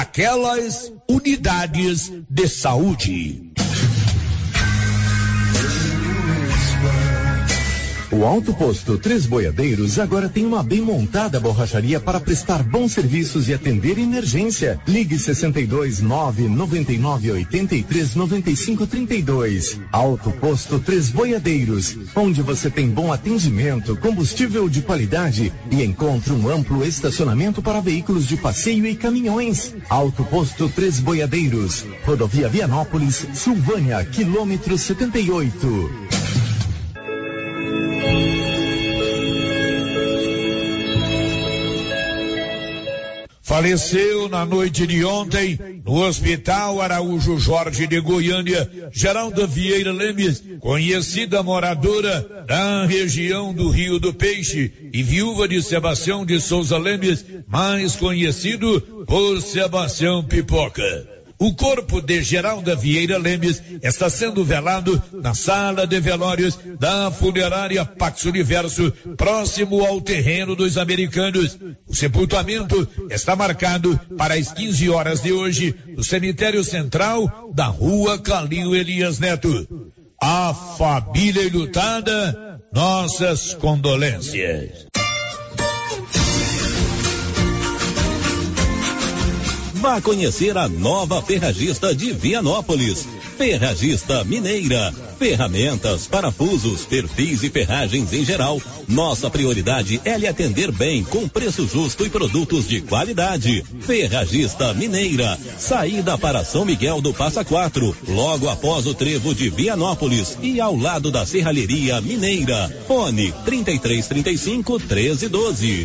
aquelas unidades de saúde. O Alto Posto Três Boiadeiros agora tem uma bem montada borracharia para prestar bons serviços e atender emergência. Ligue 62.999839532. Alto Posto Três Boiadeiros, onde você tem bom atendimento, combustível de qualidade e encontra um amplo estacionamento para veículos de passeio e caminhões. Alto Posto Três Boiadeiros, Rodovia Vianópolis, Silvânia, quilômetro 78. Faleceu na noite de ontem, no Hospital Araújo Jorge de Goiânia, Geralda Vieira Lemes, conhecida moradora da região do Rio do Peixe e viúva de Sebastião de Souza Lemes, mais conhecido por Sebastião Pipoca. O corpo de Geralda Vieira Lemes está sendo velado na sala de velórios da funerária Pax Universo, próximo ao terreno dos Americanos. O sepultamento está marcado para as 15 horas de hoje, no cemitério central da Rua Calil Elias Neto. A família enlutada, nossas condolências. Vá conhecer a nova Ferragista de Vianópolis. Ferragista Mineira. Ferramentas, parafusos, perfis e ferragens em geral. Nossa prioridade é lhe atender bem, com preço justo e produtos de qualidade. Ferragista Mineira. Saída para São Miguel do Passa Quatro, logo após o trevo de Vianópolis e ao lado da Serralheria Mineira. Fone 3335-1312.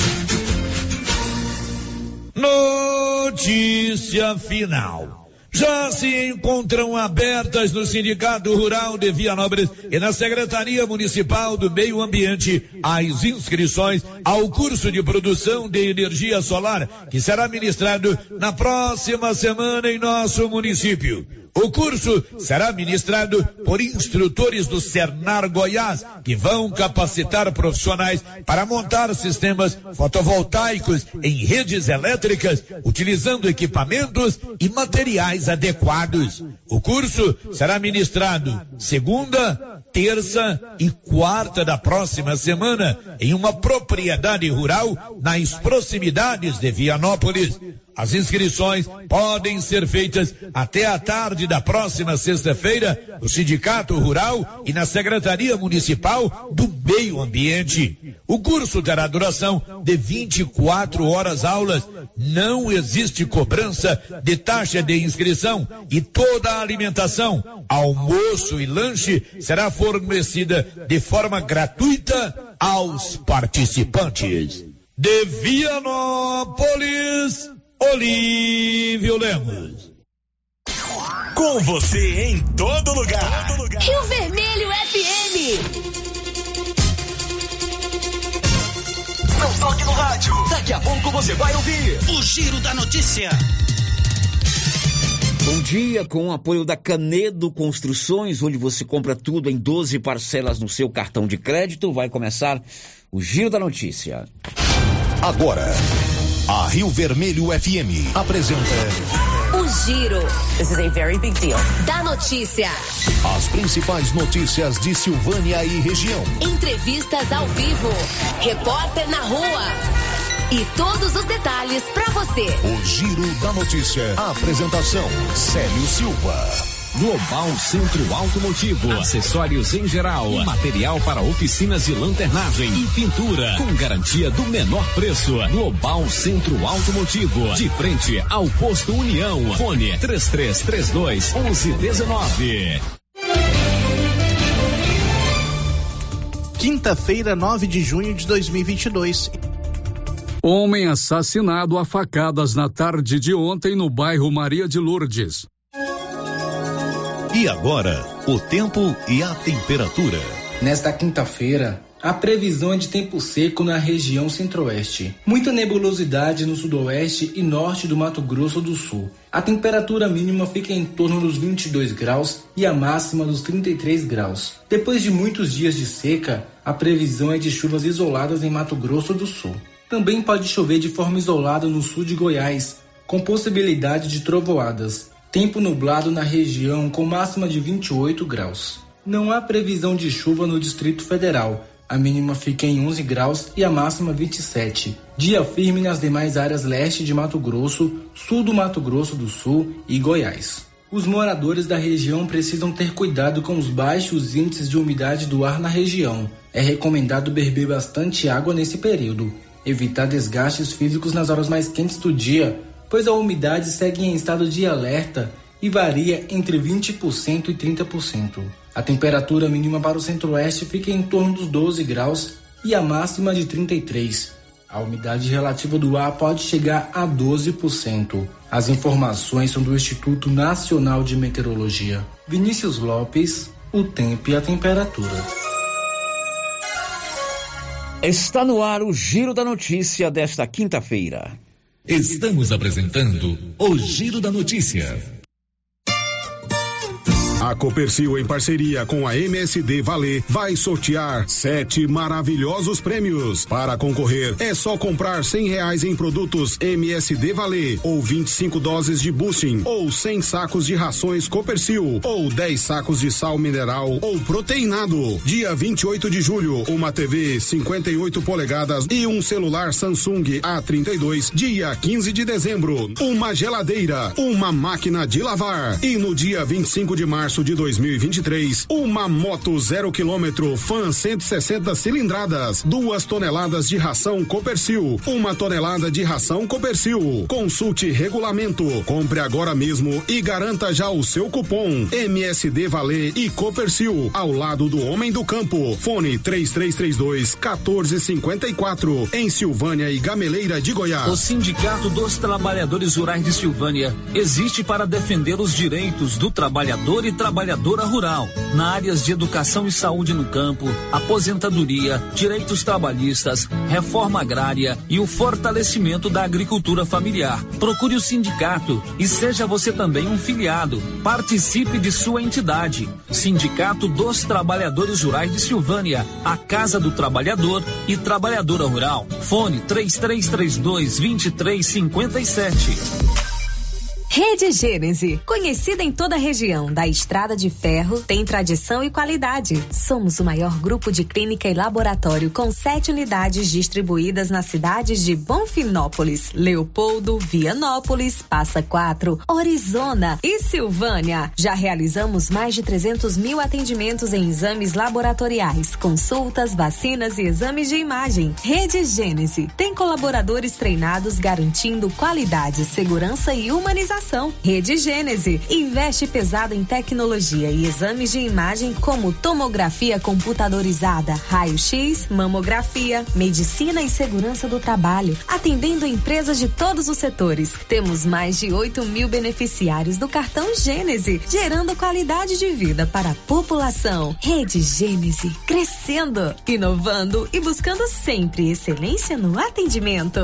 Notícia final. Já se encontram abertas no Sindicato Rural de Vianópolis e na Secretaria Municipal do Meio Ambiente as inscrições ao curso de produção de energia solar que será ministrado na próxima semana em nosso município. O curso será ministrado por instrutores do Senar Goiás, que vão capacitar profissionais para montar sistemas fotovoltaicos em redes elétricas, utilizando equipamentos e materiais adequados. O curso será ministrado segunda, terça e quarta da próxima semana em uma propriedade rural nas proximidades de Vianópolis. As inscrições podem ser feitas até a tarde da próxima sexta-feira no Sindicato Rural e na Secretaria Municipal do Meio Ambiente. O curso terá duração de 24 horas aulas. Não existe cobrança de taxa de inscrição e toda a alimentação, almoço e lanche será fornecida de forma gratuita aos participantes. De Vianópolis, Olívio Lemos. Com você em todo lugar. Rio Vermelho FM. Não toque no rádio. Daqui a pouco você vai ouvir o Giro da Notícia. Bom dia, com o apoio da Canedo Construções, onde você compra tudo em 12 parcelas no seu cartão de crédito. Vai começar o Giro da Notícia. Agora, a Rio Vermelho FM apresenta o Giro. This is a very big deal. Da notícia. As principais notícias de Silvânia e região. Entrevistas ao vivo. Repórter na rua. E todos os detalhes para você. O Giro da Notícia. A apresentação, Célio Silva. Global Centro Automotivo, acessórios em geral, material para oficinas de lanternagem e pintura, com garantia do menor preço. Global Centro Automotivo, de frente ao Posto União. Fone 3332-1119. Quinta-feira, 9 de junho de 2022. Homem assassinado a facadas na tarde de ontem no bairro Maria de Lourdes. E agora, o tempo e a temperatura. Nesta quinta-feira, a previsão é de tempo seco na região centro-oeste. Muita nebulosidade no sudoeste e norte do Mato Grosso do Sul. A temperatura mínima fica em torno dos 22 graus e a máxima dos 33 graus. Depois de muitos dias de seca, a previsão é de chuvas isoladas em Mato Grosso do Sul. Também pode chover de forma isolada no sul de Goiás, com possibilidade de trovoadas. Tempo nublado na região com máxima de 28 graus. Não há previsão de chuva no Distrito Federal. A mínima fica em 11 graus e a máxima 27. Dia firme nas demais áreas leste de Mato Grosso, sul do Mato Grosso do Sul e Goiás. Os moradores da região precisam ter cuidado com os baixos índices de umidade do ar na região. É recomendado beber bastante água nesse período. Evitar desgastes físicos nas horas mais quentes do dia, pois a umidade segue em estado de alerta e varia entre 20% e 30%. A temperatura mínima para o centro-oeste fica em torno dos 12 graus e a máxima de 33. A umidade relativa do ar pode chegar a 12%. As informações são do Instituto Nacional de Meteorologia. Vinícius Lopes, o tempo e a temperatura. Está no ar o Giro da Notícia desta quinta-feira. Estamos apresentando o Giro da Notícia. A Copercil, em parceria com a MSD Valer, vai sortear 7 maravilhosos prêmios. Para concorrer, é só comprar R$100 em produtos MSD Valer, ou 25 doses de boosting, ou 100 sacos de rações Copercil, ou 10 sacos de sal mineral ou proteinado. Dia 28 de julho, uma TV 58 polegadas e um celular Samsung A32. Dia 15 de dezembro, uma geladeira, uma máquina de lavar. E no dia 25 de março de 2023, uma moto 0 km Fan 160 cilindradas, 2 toneladas de ração Copercil, 1 tonelada de ração Copercil. Consulte regulamento, compre agora mesmo e garanta já o seu cupom MSD Valer e Copercil, ao lado do homem do campo. Fone 3332-1454, em Silvânia e Gameleira de Goiás. O Sindicato dos Trabalhadores Rurais de Silvânia existe para defender os direitos do trabalhador e trabalhadora rural, na áreas de educação e saúde no campo, aposentadoria, direitos trabalhistas, reforma agrária e o fortalecimento da agricultura familiar. Procure o sindicato e seja você também um filiado. Participe de sua entidade. Sindicato dos Trabalhadores Rurais de Silvânia, a Casa do Trabalhador e Trabalhadora Rural. Fone 3332-2357. Rede Gênese, conhecida em toda a região da Estrada de Ferro, tem tradição e qualidade. Somos o maior grupo de clínica e laboratório com 7 unidades distribuídas nas cidades de Bonfinópolis, Leopoldo, Vianópolis, Passa Quatro, Orizona e Silvânia. Já realizamos mais de 300 mil atendimentos em exames laboratoriais, consultas, vacinas e exames de imagem. Rede Gênese tem colaboradores treinados garantindo qualidade, segurança e humanização. Rede Gênese investe pesado em tecnologia e exames de imagem como tomografia computadorizada, raio-x, mamografia, medicina e segurança do trabalho, atendendo empresas de todos os setores. Temos mais de 8 mil beneficiários do cartão Gênese, gerando qualidade de vida para a população. Rede Gênese, crescendo, inovando e buscando sempre excelência no atendimento.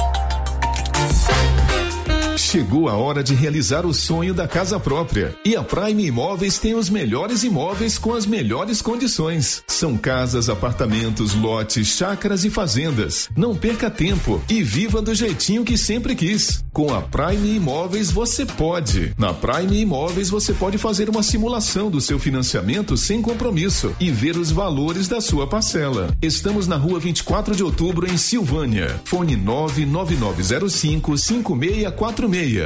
Chegou a hora de realizar o sonho da casa própria. E a Prime Imóveis tem os melhores imóveis com as melhores condições. São casas, apartamentos, lotes, chácaras e fazendas. Não perca tempo e viva do jeitinho que sempre quis. Com a Prime Imóveis você pode. Na Prime Imóveis você pode fazer uma simulação do seu financiamento sem compromisso e ver os valores da sua parcela. Estamos na rua 24 de outubro em Silvânia. Fone 99905-5646.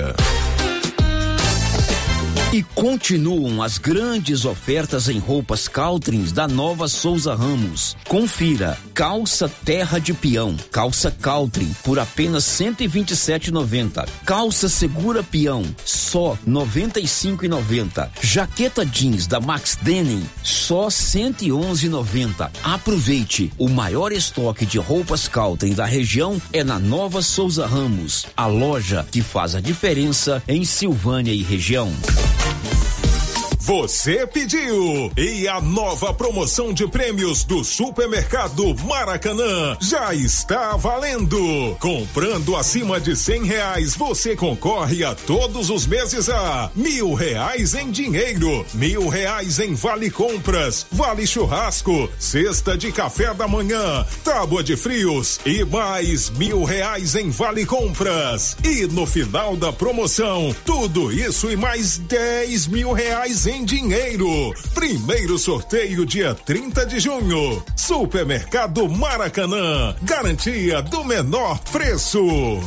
E continuam as grandes ofertas em roupas Caltrins da Nova Souza Ramos. Confira: calça terra de peão, calça Caltrin por apenas R$127,90. Calça segura peão, só R$95,90. Jaqueta jeans da Max Denim, só R$111,90. Aproveite, o maior estoque de roupas Caltrin da região é na Nova Souza Ramos, a loja que faz a diferença em Silvânia e região. Você pediu! E a nova promoção de prêmios do Supermercado Maracanã já está valendo! Comprando acima de R$100, você concorre a todos os meses a R$1.000 em dinheiro, R$1.000 em vale compras, vale churrasco, cesta de café da manhã, tábua de frios e mais R$1.000 em vale compras. E no final da promoção, tudo isso e mais R$10.000 em dinheiro. Primeiro sorteio dia 30 de junho. Supermercado Maracanã, garantia do menor preço.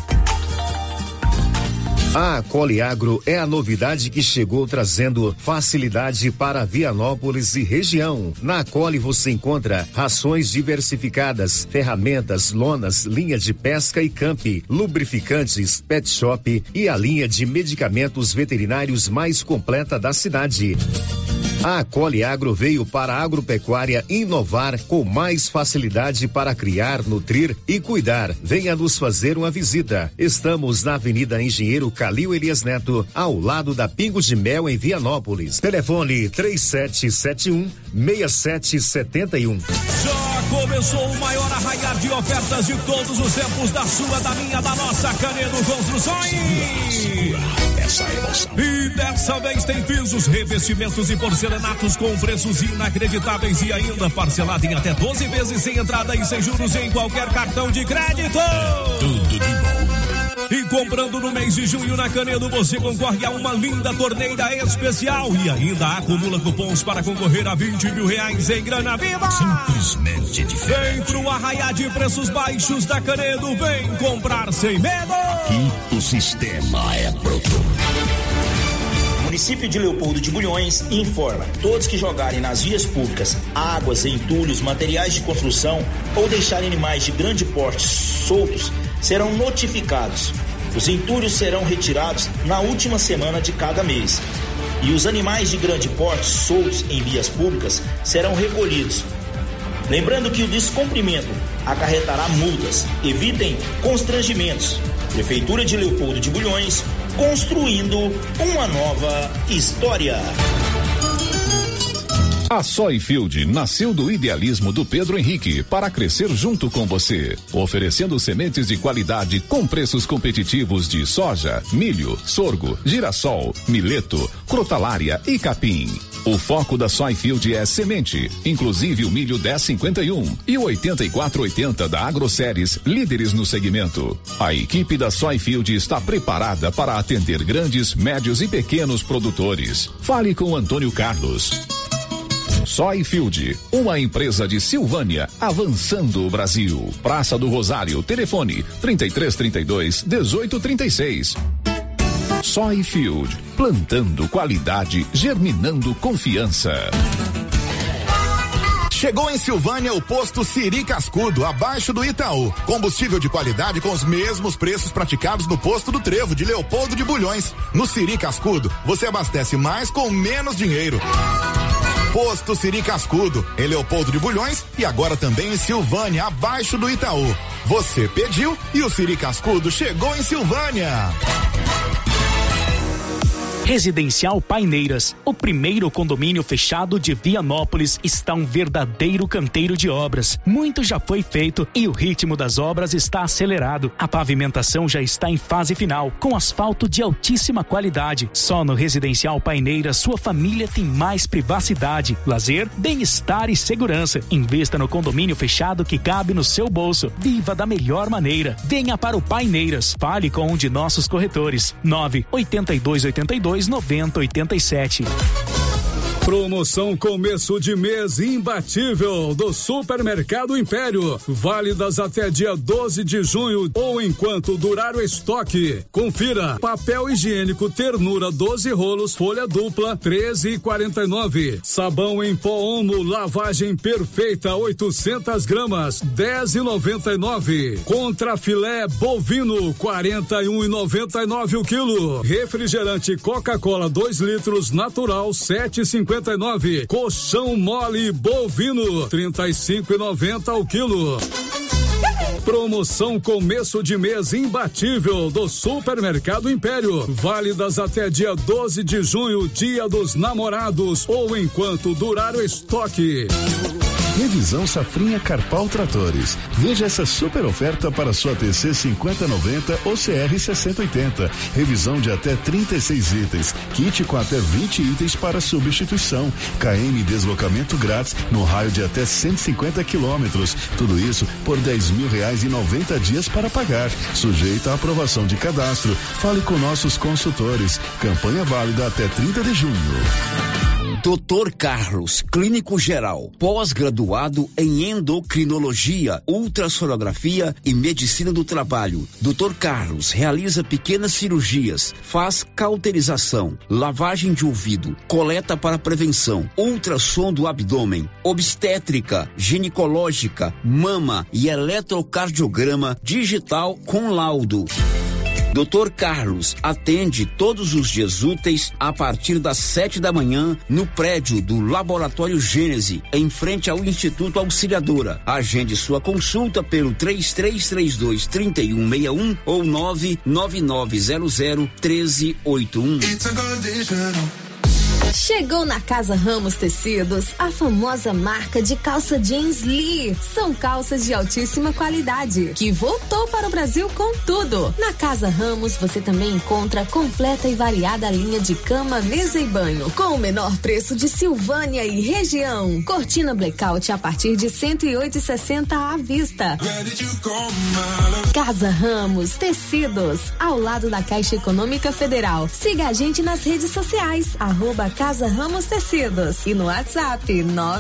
A Coliagro é a novidade que chegou trazendo facilidade para Vianópolis e região. Na Coli você encontra rações diversificadas, ferramentas, lonas, linha de pesca e camp, lubrificantes, pet shop e a linha de medicamentos veterinários mais completa da cidade. A Coliagro veio para a agropecuária inovar com mais facilidade para criar, nutrir e cuidar. Venha nos fazer uma visita. Estamos na Avenida Engenheiro Calil Elias Neto, ao lado da Pingo de Mel, em Vianópolis. Telefone 3771-6771. Já começou o maior arraiar de ofertas de todos os tempos da sua, da minha, da nossa Canedo Construções. Essa emoção. E dessa vez tem pisos, revestimentos e porcelanatos com preços inacreditáveis e ainda parcelado em até 12 vezes sem entrada e sem juros em qualquer cartão de crédito. Tudo de bom. E comprando no mês de junho na Canedo, você concorre a uma linda torneira especial e ainda acumula cupons para concorrer a R$20.000 em grana viva. Simplesmente diferente. Vem pro arraiar de preços baixos da Canedo, vem comprar sem medo. Aqui o sistema é bruto. O município de Leopoldo de Bulhões informa: todos que jogarem nas vias públicas águas, entulhos, materiais de construção ou deixarem animais de grande porte soltos serão notificados. Os entulhos serão retirados na última semana de cada mês e os animais de grande porte soltos em vias públicas serão recolhidos. Lembrando que o descumprimento acarretará multas. Evitem constrangimentos. Prefeitura de Leopoldo de Bulhões, construindo uma nova história. A Soyfield nasceu do idealismo do Pedro Henrique para crescer junto com você, oferecendo sementes de qualidade com preços competitivos de soja, milho, sorgo, girassol, mileto, crotalária e capim. O foco da Soyfield é semente, inclusive o milho 1051 e o 8480 da AgroSéries, líderes no segmento. A equipe da Soyfield está preparada para atender grandes, médios e pequenos produtores. Fale com Antônio Carlos. Soyfield, uma empresa de Silvânia, avançando o Brasil. Praça do Rosário, telefone 3332-1836. Soyfield, plantando qualidade, germinando confiança. Chegou em Silvânia o posto Siri Cascudo, abaixo do Itaú. Combustível de qualidade com os mesmos preços praticados no posto do Trevo de Leopoldo de Bulhões. No Siri Cascudo, você abastece mais com menos dinheiro. Posto Siri Cascudo, em Leopoldo de Bulhões e agora também em Silvânia, abaixo do Itaú. Você pediu e o Siri Cascudo chegou em Silvânia. Residencial Paineiras, o primeiro condomínio fechado de Vianópolis, está um verdadeiro canteiro de obras. Muito já foi feito e o ritmo das obras está acelerado. A pavimentação já está em fase final, com asfalto de altíssima qualidade. Só no Residencial Paineiras sua família tem mais privacidade, lazer, bem-estar e segurança. Investa no condomínio fechado que cabe no seu bolso. Viva da melhor maneira. Venha para o Paineiras. Fale com um de nossos corretores. 98282 9087. Promoção começo de mês imbatível do Supermercado Império, válidas até dia 12 de junho ou enquanto durar o estoque. Confira: papel higiênico Ternura 12 rolos, folha dupla 13,49. Sabão em pó Omo lavagem perfeita 800 gramas 10,99. Contra filé bovino 41,99 o quilo. Refrigerante Coca-Cola 2 litros natural 7,50. Colchão mole bovino 35,90 o quilo. Promoção começo de mês imbatível do Supermercado Império. Válidas até dia 12 de junho, Dia dos Namorados, ou enquanto durar o estoque. Revisão Safrinha Carpal Tratores. Veja essa super oferta para sua TC 5090 ou CR 6080. Revisão de até 36 itens. Kit com até 20 itens para substituição. KM deslocamento grátis no raio de até 150 quilômetros. Tudo isso por R$10.000 e 90 dias para pagar. Sujeito à aprovação de cadastro. Fale com nossos consultores. Campanha válida até 30 de junho. Dr. Carlos, clínico geral, pós-graduado em endocrinologia, ultrassonografia e medicina do trabalho. Dr. Carlos realiza pequenas cirurgias, faz cauterização, lavagem de ouvido, coleta para prevenção, ultrassom do abdômen, obstétrica, ginecológica, mama e eletrocardiograma digital com laudo. Dr. Carlos atende todos os dias úteis a partir das 7 da manhã no prédio do Laboratório Gênese, em frente ao Instituto Auxiliadora. Agende sua consulta pelo 3332-3161 ou 99900-1381. Chegou na Casa Ramos Tecidos a famosa marca de calça jeans Lee. São calças de altíssima qualidade que voltou para o Brasil com tudo. Na Casa Ramos você também encontra completa e variada linha de cama, mesa e banho com o menor preço de Silvânia e região. Cortina blackout a partir de R$108,60 à vista. Casa Ramos Tecidos, ao lado da Caixa Econômica Federal. Siga a gente nas redes sociais, @Casa Ramos Tecidos e no WhatsApp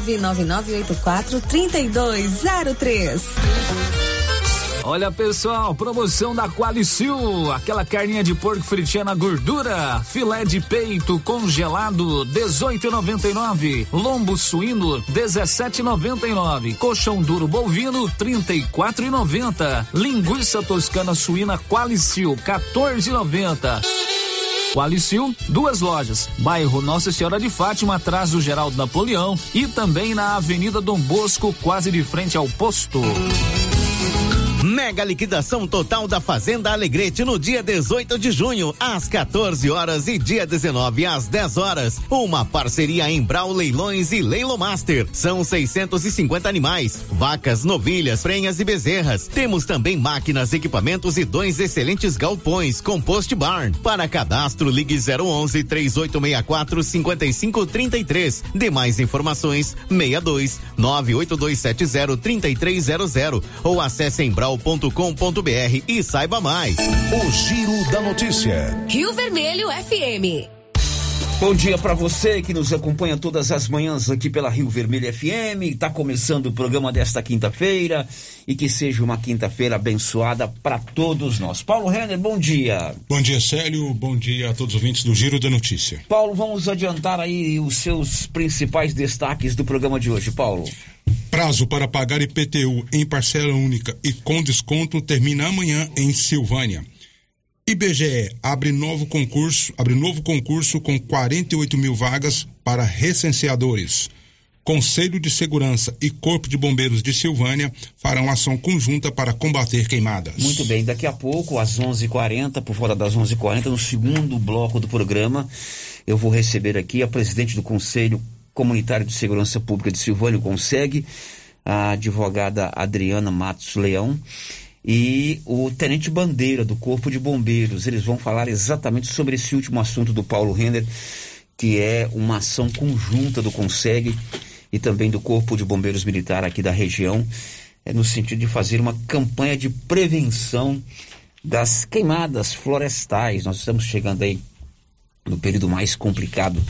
999843203. Olha, pessoal, promoção da Qualicil, aquela carninha de porco fritinha na gordura, filé de peito congelado R$18,99, lombo suíno R$17,99, colchão duro bovino R$34,90, linguiça toscana suína Qualicil R$14,90. Qualicil, 2 lojas, bairro Nossa Senhora de Fátima, atrás do Geraldo Napoleão, e também na Avenida Dom Bosco, quase de frente ao posto. Mega liquidação total da Fazenda Alegrete no dia 18 de junho, às 14 horas e dia 19 às 10 horas. Uma parceria Embral Leilões e Leilomaster. São 650 animais, vacas, novilhas, prenhas e bezerras. Temos também máquinas, equipamentos e 2 excelentes galpões com post barn. Para cadastro, ligue 011-3864-5533. Demais informações 62 98270-3300 ou acesse embral.com.br e saiba mais. O Giro da Notícia. Rio Vermelho FM. Bom dia para você que nos acompanha todas as manhãs aqui pela Rio Vermelho FM. Está começando o programa desta quinta-feira e que seja uma quinta-feira abençoada para todos nós. Paulo Renner, bom dia. Bom dia, Célio. Bom dia a todos os ouvintes do Giro da Notícia. Paulo, vamos adiantar aí os seus principais destaques do programa de hoje, Paulo. Prazo para pagar IPTU em parcela única e com desconto termina amanhã em Silvânia. IBGE abre novo concurso com 48 mil vagas para recenseadores. Conselho de Segurança e Corpo de Bombeiros de Silvânia farão ação conjunta para combater queimadas. Muito bem, daqui a pouco, às 11h40, por fora das 11h40, no segundo bloco do programa, eu vou receber aqui a presidente do Conselho Comunitário de Segurança Pública de Silvânia, o CONSEG, a advogada Adriana Matos Leão, e o tenente bandeira do Corpo de Bombeiros. Eles vão falar exatamente sobre esse último assunto do Paulo Renner, que é uma ação conjunta do CONSEG e também do Corpo de Bombeiros Militar aqui da região, no sentido de fazer uma campanha de prevenção das queimadas florestais. Nós estamos chegando aí no período mais complicado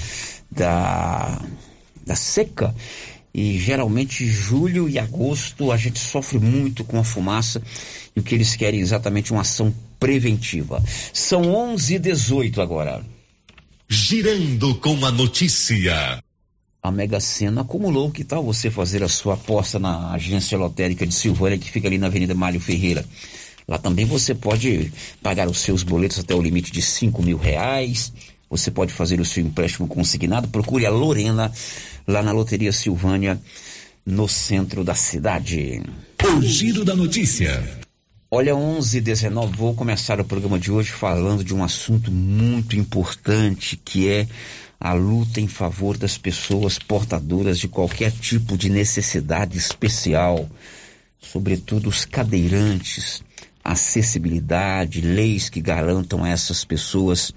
da seca, e geralmente julho e agosto a gente sofre muito com a fumaça, e o que eles querem é exatamente uma ação preventiva. São 11h18 agora. Girando com a notícia. A Mega Sena acumulou. Que tal você fazer a sua aposta na agência lotérica de Silvânia, que fica ali na Avenida Mário Ferreira? Lá também você pode pagar os seus boletos até o limite de R$5.000. Você pode fazer o seu empréstimo consignado. Procure a Lorena lá na Loteria Silvânia, no centro da cidade. O Giro da Notícia. Olha, 11:19, vou começar o programa de hoje falando de um assunto muito importante, que é a luta em favor das pessoas portadoras de qualquer tipo de necessidade especial, sobretudo os cadeirantes, acessibilidade, leis que garantam a essas pessoas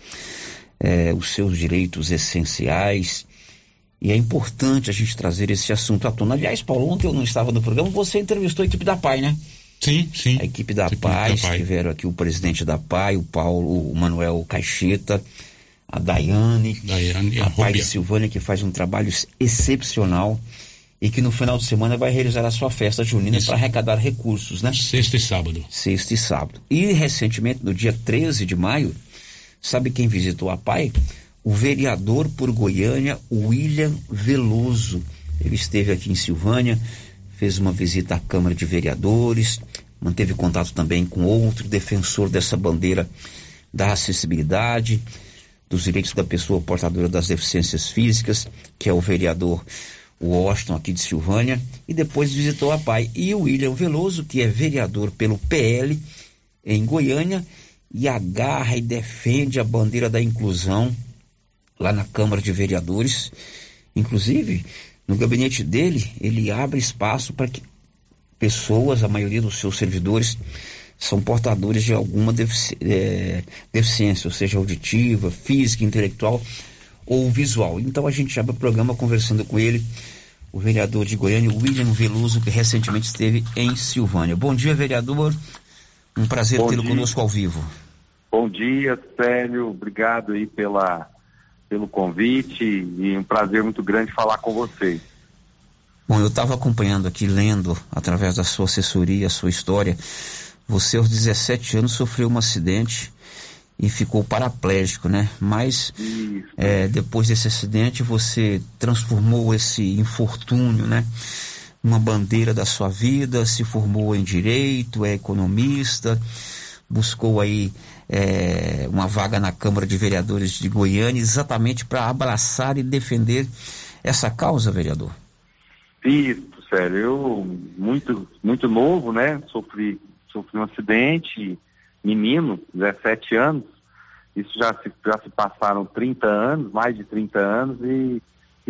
os seus direitos essenciais. E é importante a gente trazer esse assunto à tona. Aliás, Paulo, ontem eu não estava no programa, você entrevistou a equipe da PAI, né? Sim. A equipe da PAI, estiveram aqui o presidente da PAI, o Paulo, o Manuel Caixeta, a Daiane a PAI de Silvânia, que faz um trabalho excepcional e que no final de semana vai realizar a sua festa junina para arrecadar recursos, né? Sexta e sábado. E recentemente, no dia 13 de maio, sabe quem visitou a PAI? O vereador por Goiânia, William Veloso. Ele esteve aqui em Silvânia, fez uma visita à Câmara de Vereadores, manteve contato também com outro defensor dessa bandeira da acessibilidade, dos direitos da pessoa portadora das deficiências físicas, que é o vereador Washington, aqui de Silvânia, e depois visitou a PAI. E o William Veloso, que é vereador pelo PL em Goiânia, e agarra e defende a bandeira da inclusão lá na Câmara de Vereadores. Inclusive, no gabinete dele, ele abre espaço para que pessoas, a maioria dos seus servidores, são portadores de alguma deficiência, ou seja, auditiva, física, intelectual ou visual. Então a gente abre o programa conversando com ele, o vereador de Goiânia, William Veloso, que recentemente esteve em Silvânia. Bom dia, vereador. Um prazer tê-lo conosco ao vivo. Bom dia, Célio. Obrigado aí pelo convite e um prazer muito grande falar com você. Bom, eu estava acompanhando aqui, lendo através da sua assessoria, a sua história. Você aos 17 anos sofreu um acidente e ficou paraplégico, né? Mas depois desse acidente você transformou esse infortúnio, né, numa bandeira da sua vida, se formou em direito, é economista, buscou aí uma vaga na Câmara de Vereadores de Goiânia, exatamente para abraçar e defender essa causa, vereador. Isso, Célio, eu muito novo, né, sofri um acidente, menino, 17 anos, isso já se passaram 30 anos, mais de 30 anos, e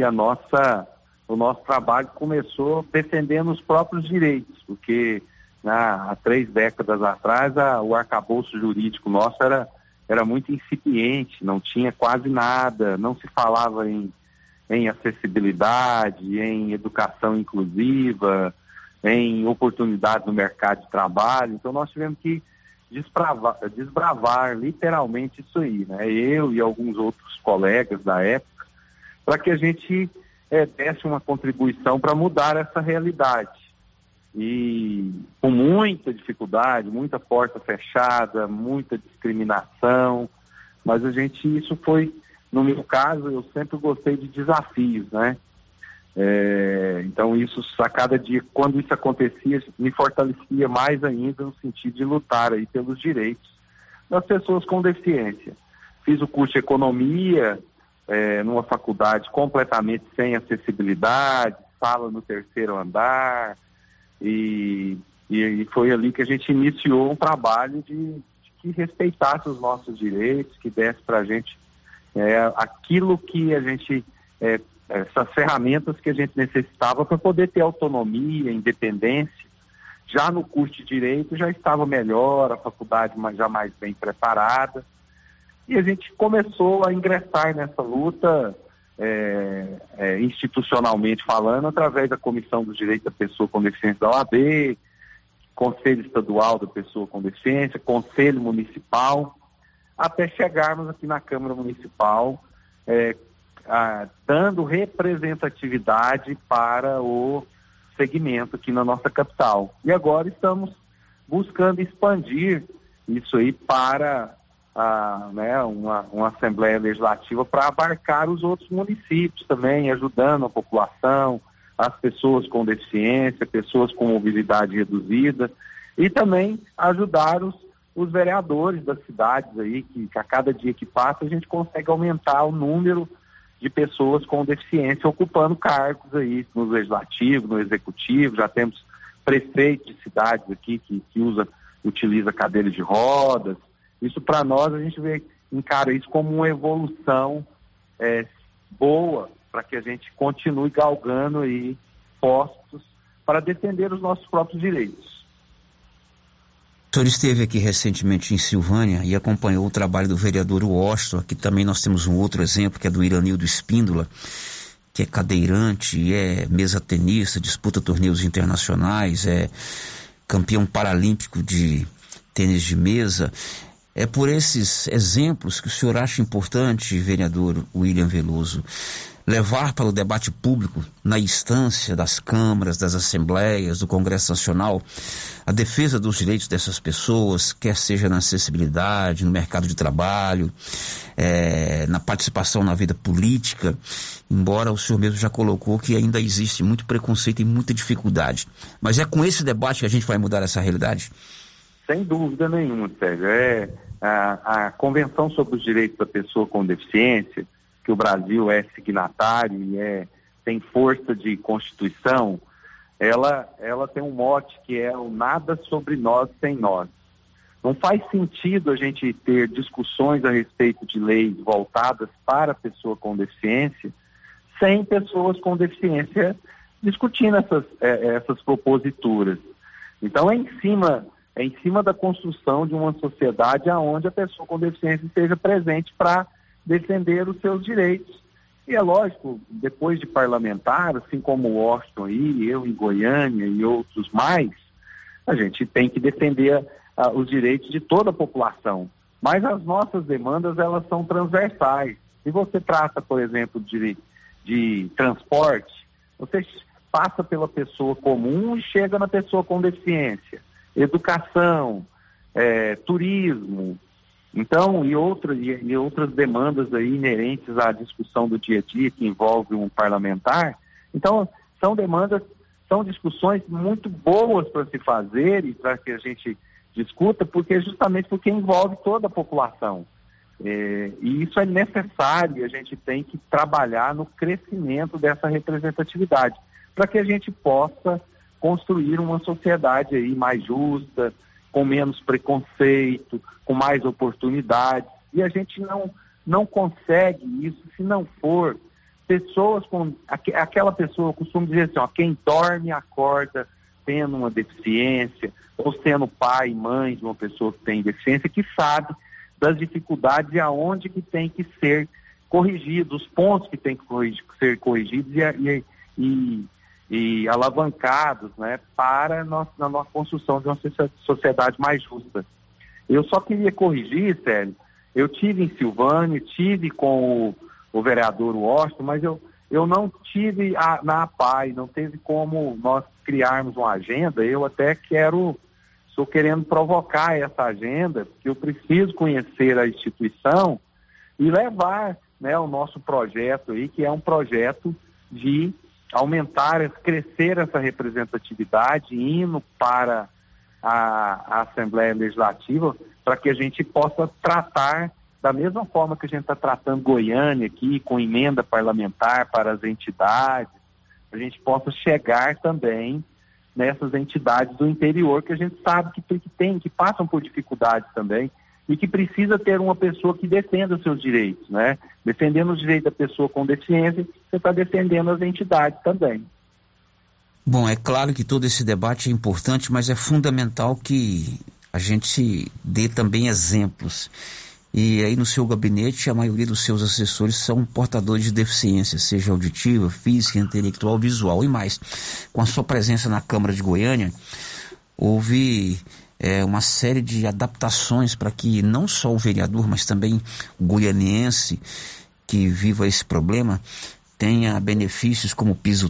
o nosso trabalho começou defendendo os próprios direitos, porque há 3 décadas atrás o arcabouço jurídico nosso era muito incipiente, não tinha quase nada, não se falava em acessibilidade, em educação inclusiva, em oportunidades no mercado de trabalho. Então nós tivemos que desbravar literalmente isso aí, né? Eu e alguns outros colegas da época, para que a gente desse uma contribuição para mudar essa realidade. E com muita dificuldade, muita porta fechada, muita discriminação, mas isso foi, no meu caso, eu sempre gostei de desafios, né? Então isso, a cada dia, quando isso acontecia, me fortalecia mais ainda no sentido de lutar aí pelos direitos das pessoas com deficiência. Fiz o curso de economia numa faculdade completamente sem acessibilidade, sala no 3º andar, e foi ali que a gente iniciou um trabalho de que respeitasse os nossos direitos, que desse para a gente aquilo que a gente essas ferramentas que a gente necessitava para poder ter autonomia, independência. Já no curso de Direito já estava melhor, a faculdade já mais bem preparada, e a gente começou a ingressar nessa luta institucionalmente falando, através da Comissão dos Direitos da Pessoa com Deficiência da OAB, Conselho Estadual da Pessoa com Deficiência, Conselho Municipal, até chegarmos aqui na Câmara Municipal, dando representatividade para o segmento aqui na nossa capital. E agora estamos buscando expandir isso aí para uma Assembleia Legislativa para abarcar os outros municípios também, ajudando a população, as pessoas com deficiência, pessoas com mobilidade reduzida, e também ajudar os vereadores das cidades aí, que a cada dia que passa a gente consegue aumentar o número de pessoas com deficiência ocupando cargos aí no legislativo, no executivo. Já temos prefeitos de cidades aqui que usa utiliza cadeira de rodas. Isso para nós, a gente encara isso como uma evolução boa para que a gente continue galgando aí postos para defender os nossos próprios direitos. O senhor esteve aqui recentemente em Silvânia e acompanhou o trabalho do vereador Washington. Aqui também nós temos um outro exemplo, que é do Iranildo Espíndola, que é cadeirante, é mesa tenista, disputa torneios internacionais, é campeão paralímpico de tênis de mesa. É por esses exemplos que o senhor acha importante, vereador William Veloso, levar para o debate público, na instância das câmaras, das assembleias, do Congresso Nacional, a defesa dos direitos dessas pessoas, quer seja na acessibilidade, no mercado de trabalho, na participação na vida política, embora o senhor mesmo já colocou que ainda existe muito preconceito e muita dificuldade. Mas é com esse debate que a gente vai mudar essa realidade? Sem dúvida nenhuma, Sérgio. A Convenção sobre os Direitos da Pessoa com Deficiência, que o Brasil é signatário e tem força de Constituição, ela tem um mote que é o nada sobre nós sem nós. Não faz sentido a gente ter discussões a respeito de leis voltadas para a pessoa com deficiência sem pessoas com deficiência discutindo essas proposituras. Então é em cima da construção de uma sociedade onde a pessoa com deficiência esteja presente para defender os seus direitos. E é lógico, depois de parlamentar, assim como o Washington aí, eu em Goiânia e outros mais, a gente tem que defender os direitos de toda a população. Mas as nossas demandas, elas são transversais. Se você trata, por exemplo, de transporte, você passa pela pessoa comum e chega na pessoa com deficiência. Educação, turismo, então, e outras demandas aí inerentes à discussão do dia a dia que envolve um parlamentar. Então, são discussões muito boas para se fazer e para que a gente discuta, justamente porque envolve toda a população. E isso é necessário, e a gente tem que trabalhar no crescimento dessa representatividade, para que a gente possa construir uma sociedade aí mais justa, com menos preconceito, com mais oportunidades. E a gente não consegue isso se não for pessoas com... Aquela pessoa, eu costumo dizer assim, quem dorme acorda tendo uma deficiência, ou sendo pai e mãe de uma pessoa que tem deficiência, que sabe das dificuldades e aonde que tem que ser corrigido, os pontos que tem que ser corrigidos e alavancados, né, para na nossa construção de uma sociedade mais justa. Eu só queria corrigir, Sérgio, eu tive em Silvânia, tive com o vereador Washington, mas eu não tive na APAI, não teve como nós criarmos uma agenda. Eu até estou querendo provocar essa agenda, porque eu preciso conhecer a instituição e levar, né, o nosso projeto aí, que é um projeto de crescer essa representatividade, indo para a Assembleia Legislativa, para que a gente possa tratar da mesma forma que a gente está tratando Goiânia aqui, com emenda parlamentar para as entidades, a gente possa chegar também nessas entidades do interior que a gente sabe que passam por dificuldades também e que precisa ter uma pessoa que defenda os seus direitos, né? Defendendo os direitos da pessoa com deficiência, você está defendendo as entidades também. Bom, é claro que todo esse debate é importante, mas é fundamental que a gente dê também exemplos. E aí no seu gabinete, a maioria dos seus assessores são portadores de deficiência, seja auditiva, física, intelectual, visual e mais. Com a sua presença na Câmara de Goiânia, houve uma série de adaptações para que não só o vereador, mas também o goianiense que viva esse problema tenha benefícios como piso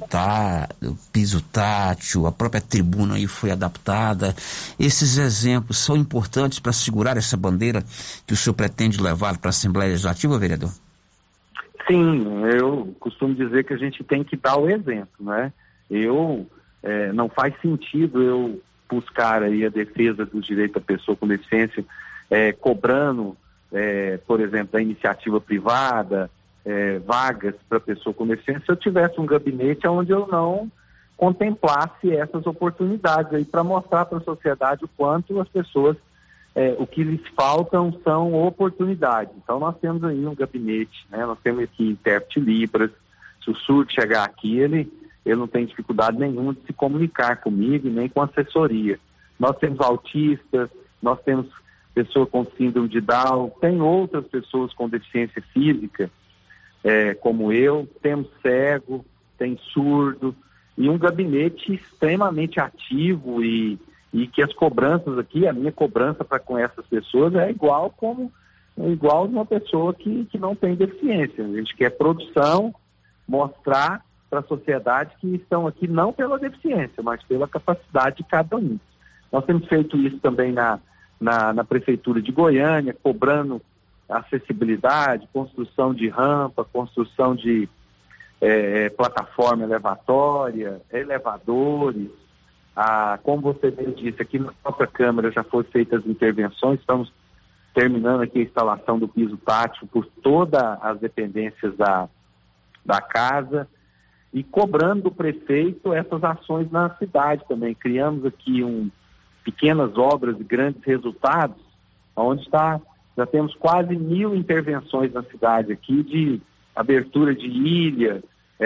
tátil, a própria tribuna aí foi adaptada. Esses exemplos são importantes para segurar essa bandeira que o senhor pretende levar para a Assembleia Legislativa, vereador? Sim, eu costumo dizer que a gente tem que dar o exemplo, né? Não faz sentido eu buscar aí a defesa dos direitos da pessoa com deficiência, cobrando, por exemplo, da iniciativa privada, vagas para pessoa com deficiência, se eu tivesse um gabinete onde eu não contemplasse essas oportunidades aí para mostrar para a sociedade o quanto as pessoas, o que lhes faltam são oportunidades. Então nós temos aí um gabinete, né? Nós temos aqui intérprete Libras. Se o surdo chegar aqui, ele não tem dificuldade nenhuma de se comunicar comigo, nem com a assessoria. Nós temos autistas, nós temos pessoa com síndrome de Down, tem outras pessoas com deficiência física, como eu, temos cego, tem surdo, e um gabinete extremamente ativo e que as cobranças aqui, a minha cobrança para com essas pessoas é igual de uma pessoa que não tem deficiência. A gente quer produção, mostrar para a sociedade que estão aqui não pela deficiência, mas pela capacidade de cada um. Nós temos feito isso também na Prefeitura de Goiânia, cobrando acessibilidade, construção de rampa, construção de plataforma elevatória, elevadores. Como você bem disse, aqui na nossa Câmara já foram feitas intervenções, estamos terminando aqui a instalação do piso tátil por todas as dependências da casa e cobrando do prefeito essas ações na cidade também. Criamos aqui pequenas obras de grandes resultados, onde já temos quase 1.000 intervenções na cidade aqui, de abertura de ilha,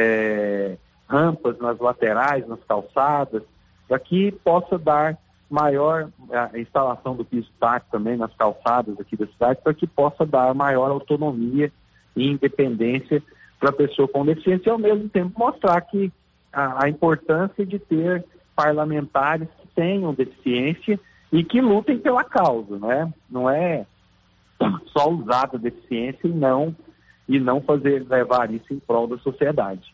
rampas nas laterais, nas calçadas, para que possa dar maior a instalação do piso tátil também nas calçadas aqui da cidade, para que possa dar maior autonomia e independência para a pessoa com deficiência e, ao mesmo tempo, mostrar que a importância de ter parlamentares que tenham deficiência e que lutem pela causa, né? Não é só usar a deficiência e não levar isso em prol da sociedade.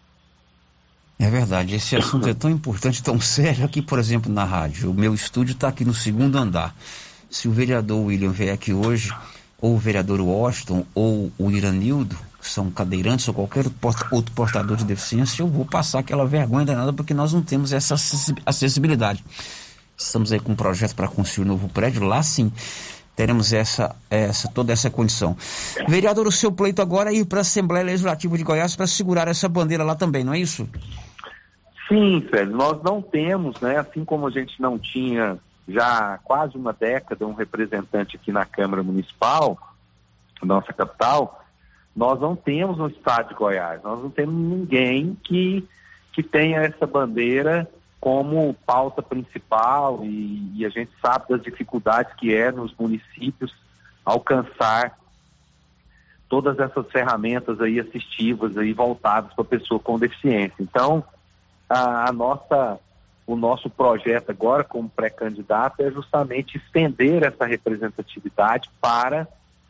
É verdade, esse assunto é tão importante, tão sério. Aqui, por exemplo, na rádio, o meu estúdio está aqui no 2º andar. Se o vereador William vier aqui hoje, ou o vereador Washington, ou o Iranildo, que são cadeirantes, ou qualquer outro portador de deficiência, eu vou passar aquela vergonha danada, porque nós não temos essa acessibilidade. Estamos aí com um projeto para construir um novo prédio, lá sim teremos toda essa condição. Vereador, o seu pleito agora é ir para a Assembleia Legislativa de Goiás para segurar essa bandeira lá também, não é isso? Sim, Sérgio, nós não temos, né, assim como a gente não tinha já há quase uma década um representante aqui na Câmara Municipal, nossa capital, nós não temos no estado de Goiás, nós não temos ninguém que tenha essa bandeira como pauta principal e a gente sabe das dificuldades que é nos municípios alcançar todas essas ferramentas aí assistivas aí voltadas para a pessoa com deficiência. Então, o nosso projeto agora como pré-candidato é justamente estender essa representatividade para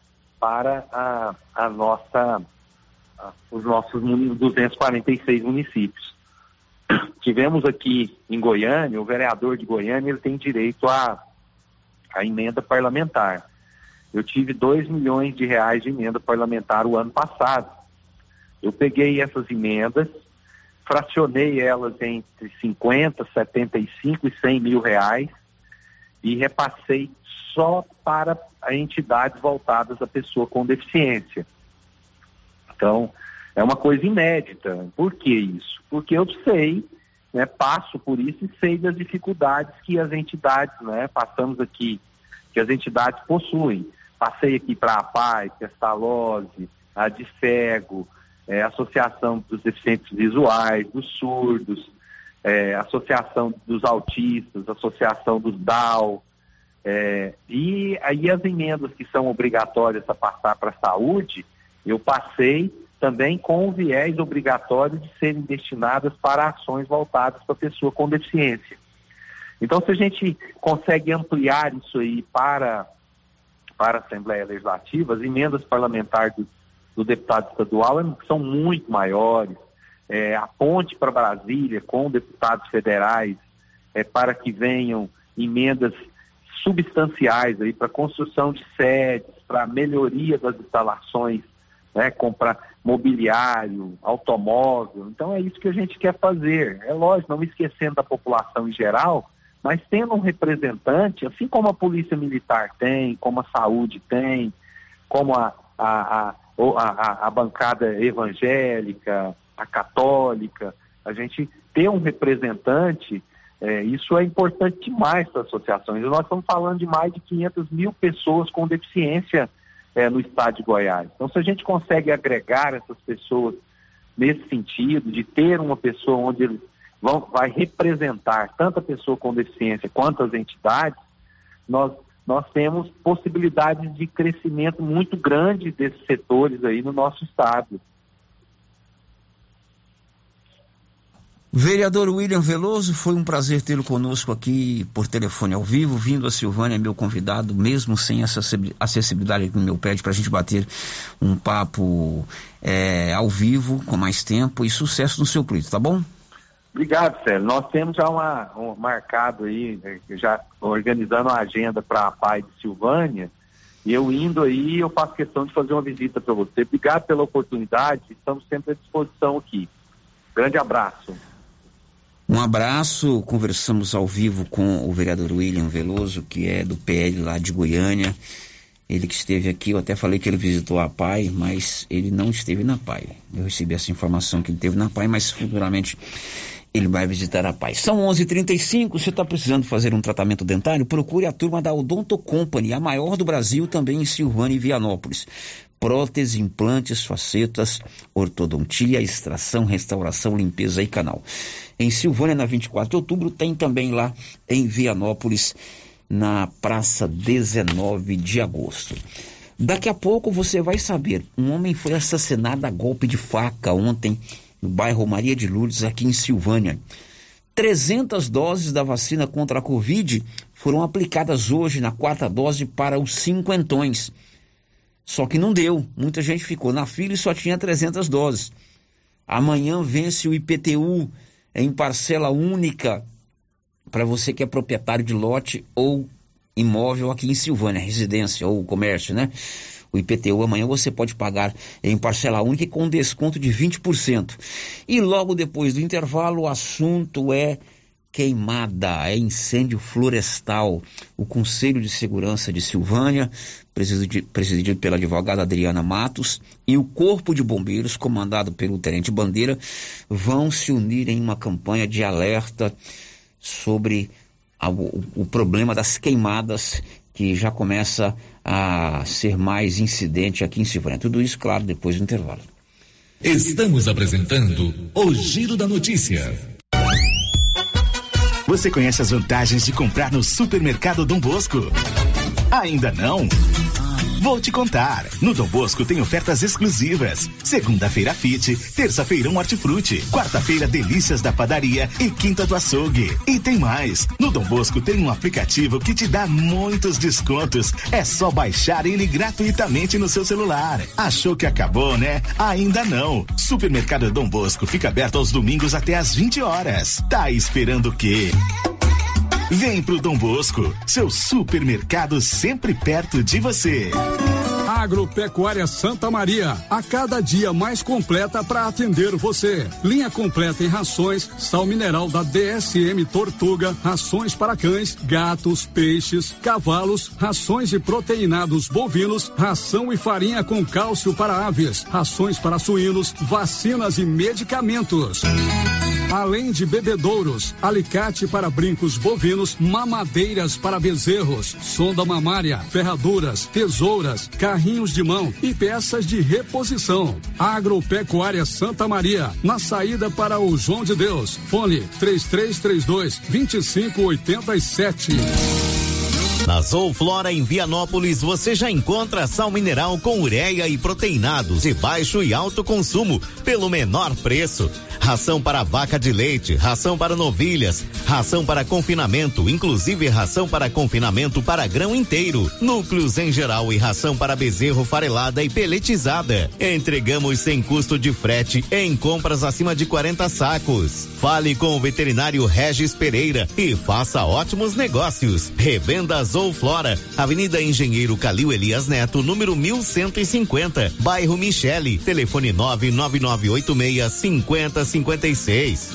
os nossos 246 municípios. Tivemos aqui em Goiânia, o vereador de Goiânia, ele tem direito à emenda parlamentar. Eu tive 2 milhões de reais de emenda parlamentar o ano passado. Eu peguei essas emendas, fracionei elas entre 50, 75 e 100 mil reais e repassei só para entidades voltadas à pessoa com deficiência. Então, é uma coisa inédita. Por que isso? Porque eu sei, né, passo por isso e sei das dificuldades que as entidades, né, passamos aqui, que as entidades possuem. Passei aqui para a PAI, Pestalozzi, a DIFEGO, a Associação dos Deficientes Visuais, dos Surdos, a Associação dos Autistas, a Associação dos Down, e aí as emendas que são obrigatórias a passar para a saúde, eu passei também com o viés obrigatório de serem destinadas para ações voltadas para a pessoa com deficiência. Então, se a gente consegue ampliar isso aí para a Assembleia Legislativa, as emendas parlamentares do deputado estadual são muito maiores. A ponte para Brasília com deputados federais para que venham emendas substanciais aí para construção de sedes, para melhoria das instalações, né, comprar mobiliário, automóvel. Então é isso que a gente quer fazer. É lógico, não esquecendo da população em geral, mas tendo um representante, assim como a Polícia Militar tem, como a saúde tem, como a bancada evangélica, a católica, A gente ter um representante, isso é importante demais para as associações. Nós estamos falando de mais de 500 mil pessoas com deficiência no estado de Goiás. Então, se a gente consegue agregar essas pessoas nesse sentido, de ter uma pessoa onde eles vai representar tanto a pessoa com deficiência quanto as entidades, nós temos possibilidades de crescimento muito grande desses setores aí no nosso estado. Vereador William Veloso, foi um prazer tê-lo conosco aqui por telefone ao vivo, vindo a Silvânia, meu convidado, mesmo sem essa acessibilidade aqui no meu prédio, para a gente bater um papo ao vivo, com mais tempo, e sucesso no seu pleito, tá bom? Obrigado, Célio. Nós temos já um marcado aí, já organizando a agenda para a PAI de Silvânia, e eu indo aí, eu faço questão de fazer uma visita para você. Obrigado pela oportunidade, estamos sempre à disposição aqui. Grande abraço. Um abraço, conversamos ao vivo com o vereador William Veloso, que é do PL lá de Goiânia. Ele que esteve aqui, eu até falei que ele visitou a PAI, mas ele não esteve na PAI. Eu recebi essa informação que ele esteve na PAI, mas futuramente ele vai visitar a PAI. São 11h35, você está precisando fazer um tratamento dentário? Procure a turma da Odonto Company, a maior do Brasil, também em Silvânia e Vianópolis. Prótese, implantes, facetas, ortodontia, extração, restauração, limpeza e canal. Em Silvânia, na 24 de outubro, tem também lá em Vianópolis, na praça 19 de agosto. Daqui a pouco você vai saber, um homem foi assassinado a golpe de faca ontem no bairro Maria de Lourdes, aqui em Silvânia. 300 doses da vacina contra a Covid foram aplicadas hoje na 4ª dose para os cinquentões. Só que não deu, muita gente ficou na fila e só tinha 300 doses. Amanhã vence o IPTU em parcela única para você que é proprietário de lote ou imóvel aqui em Silvânia, residência ou comércio, né? O IPTU amanhã você pode pagar em parcela única e com desconto de 20%. E logo depois do intervalo o assunto é queimada, é incêndio florestal. O Conselho de Segurança de Silvânia, presidido pela advogada Adriana Matos, e o Corpo de Bombeiros, comandado pelo Tenente Bandeira, vão se unir em uma campanha de alerta sobre o problema das queimadas, que já começa a ser mais incidente aqui em Silvânia. Tudo isso, claro, depois do intervalo. Estamos apresentando o Giro da Notícia. Você conhece as vantagens de comprar no Supermercado Dom Bosco? Ainda não? Vou te contar. No Dom Bosco tem ofertas exclusivas. Segunda-feira Fit, terça-feira Hortifruti, quarta-feira Delícias da Padaria e quinta do Açougue. E tem mais. No Dom Bosco tem um aplicativo que te dá muitos descontos. É só baixar ele gratuitamente no seu celular. Achou que acabou, né? Ainda não. Supermercado Dom Bosco fica aberto aos domingos até às 20 horas. Tá esperando o quê? Vem pro Dom Bosco, seu supermercado sempre perto de você. Agropecuária Santa Maria, a cada dia mais completa para atender você. Linha completa em rações, sal mineral da DSM Tortuga, rações para cães, gatos, peixes, cavalos, rações de proteinados bovinos, ração e farinha com cálcio para aves, rações para suínos, vacinas e medicamentos. Além de bebedouros, alicate para brincos bovinos, mamadeiras para bezerros, sonda mamária, ferraduras, tesouras, carrinhos de mão e peças de reposição. Agropecuária Santa Maria, na saída para o João de Deus. Fone 3332-2587. Na Zouflora em Vianópolis você já encontra sal mineral com ureia e proteinados de baixo e alto consumo pelo menor preço. Ração para vaca de leite, ração para novilhas, ração para confinamento, inclusive ração para confinamento para grão inteiro, núcleos em geral e ração para bezerro farelada e peletizada. Entregamos sem custo de frete em compras acima de 40 sacos. Fale com o veterinário Regis Pereira e faça ótimos negócios. Revendas Zouflora, Avenida Engenheiro Calil Elias Neto, número 1150, bairro Michele, telefone 99986-5056.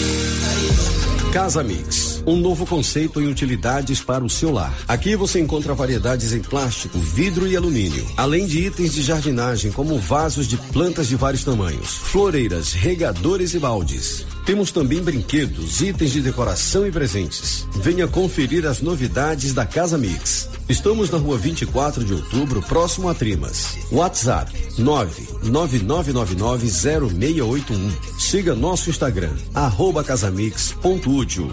Casa Mix, um novo conceito em utilidades para o seu lar. Aqui você encontra variedades em plástico, vidro e alumínio, além de itens de jardinagem como vasos de plantas de vários tamanhos, floreiras, regadores e baldes. Temos também brinquedos, itens de decoração e presentes. Venha conferir as novidades da Casa Mix. Estamos na rua 24 de outubro, próximo a Trimas. WhatsApp 999990681. Siga nosso Instagram, @casamix.útil.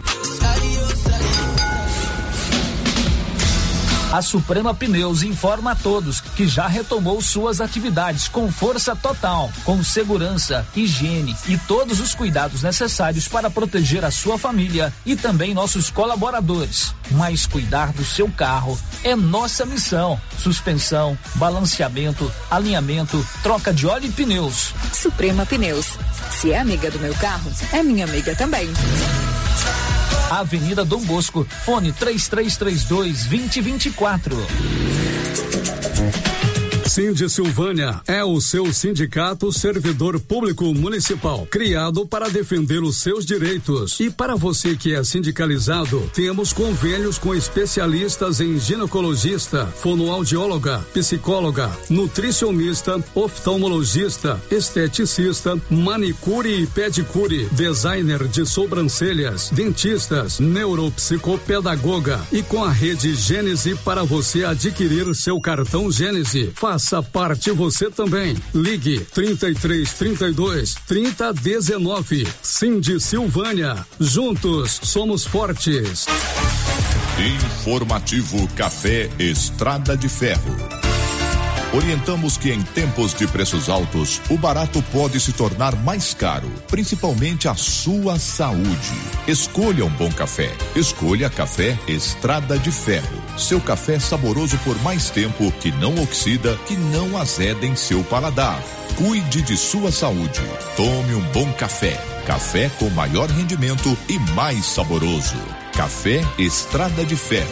A Suprema Pneus informa a todos que já retomou suas atividades com força total, com segurança, higiene e todos os cuidados necessários para proteger a sua família e também nossos colaboradores. Mas cuidar do seu carro é nossa missão. Suspensão, balanceamento, alinhamento, troca de óleo e pneus. Suprema Pneus. Se é amiga do meu carro, é minha amiga também. Avenida Dom Bosco, fone 3332-2024. Sindi Silvânia é o seu sindicato servidor público municipal, criado para defender os seus direitos. E para você que é sindicalizado, temos convênios com especialistas em ginecologista, fonoaudióloga, psicóloga, nutricionista, oftalmologista, esteticista, manicure e pedicure, designer de sobrancelhas, dentistas, neuropsicopedagoga e com a rede Gênese para você adquirir seu cartão Gênese. Faça parte você também. Ligue 3332-3019. Sindi Silvânia. Juntos somos fortes. Informativo Café Estrada de Ferro. Orientamos que em tempos de preços altos, o barato pode se tornar mais caro, principalmente a sua saúde. Escolha um bom café. Escolha Café Estrada de Ferro. Seu café saboroso por mais tempo, que não oxida, que não azeda em seu paladar. Cuide de sua saúde. Tome um bom café. Café com maior rendimento e mais saboroso. Café Estrada de Ferro.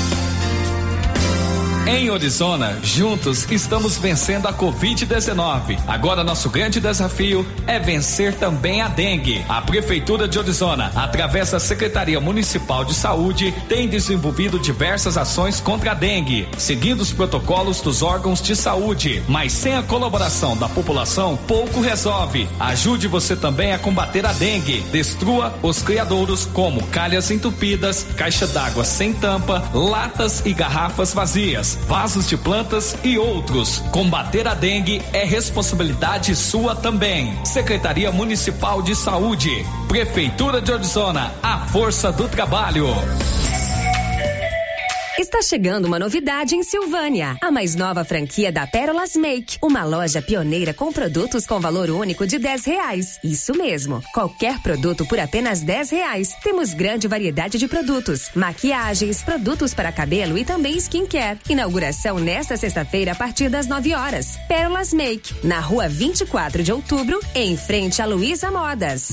Em Orizona, juntos estamos vencendo a Covid-19. Agora nosso grande desafio é vencer também a dengue. A Prefeitura de Orizona, através da Secretaria Municipal de Saúde, tem desenvolvido diversas ações contra a dengue, seguindo os protocolos dos órgãos de saúde. Mas sem a colaboração da população, pouco resolve. Ajude você também a combater a dengue. Destrua os criadouros como calhas entupidas, caixa d'água sem tampa, latas e garrafas vazias, vasos de plantas e outros. Combater a dengue é responsabilidade sua também. Secretaria Municipal de Saúde, Prefeitura de Orizona, a força do trabalho. Está chegando uma novidade em Silvânia. A mais nova franquia da Pérolas Make. Uma loja pioneira com produtos com valor único de R$10. Isso mesmo. Qualquer produto por apenas R$10. Temos grande variedade de produtos. Maquiagens, produtos para cabelo e também skincare. Inauguração nesta sexta-feira a partir das 9 horas. Pérolas Make. Na rua 24 de outubro, em frente a Luiza Modas.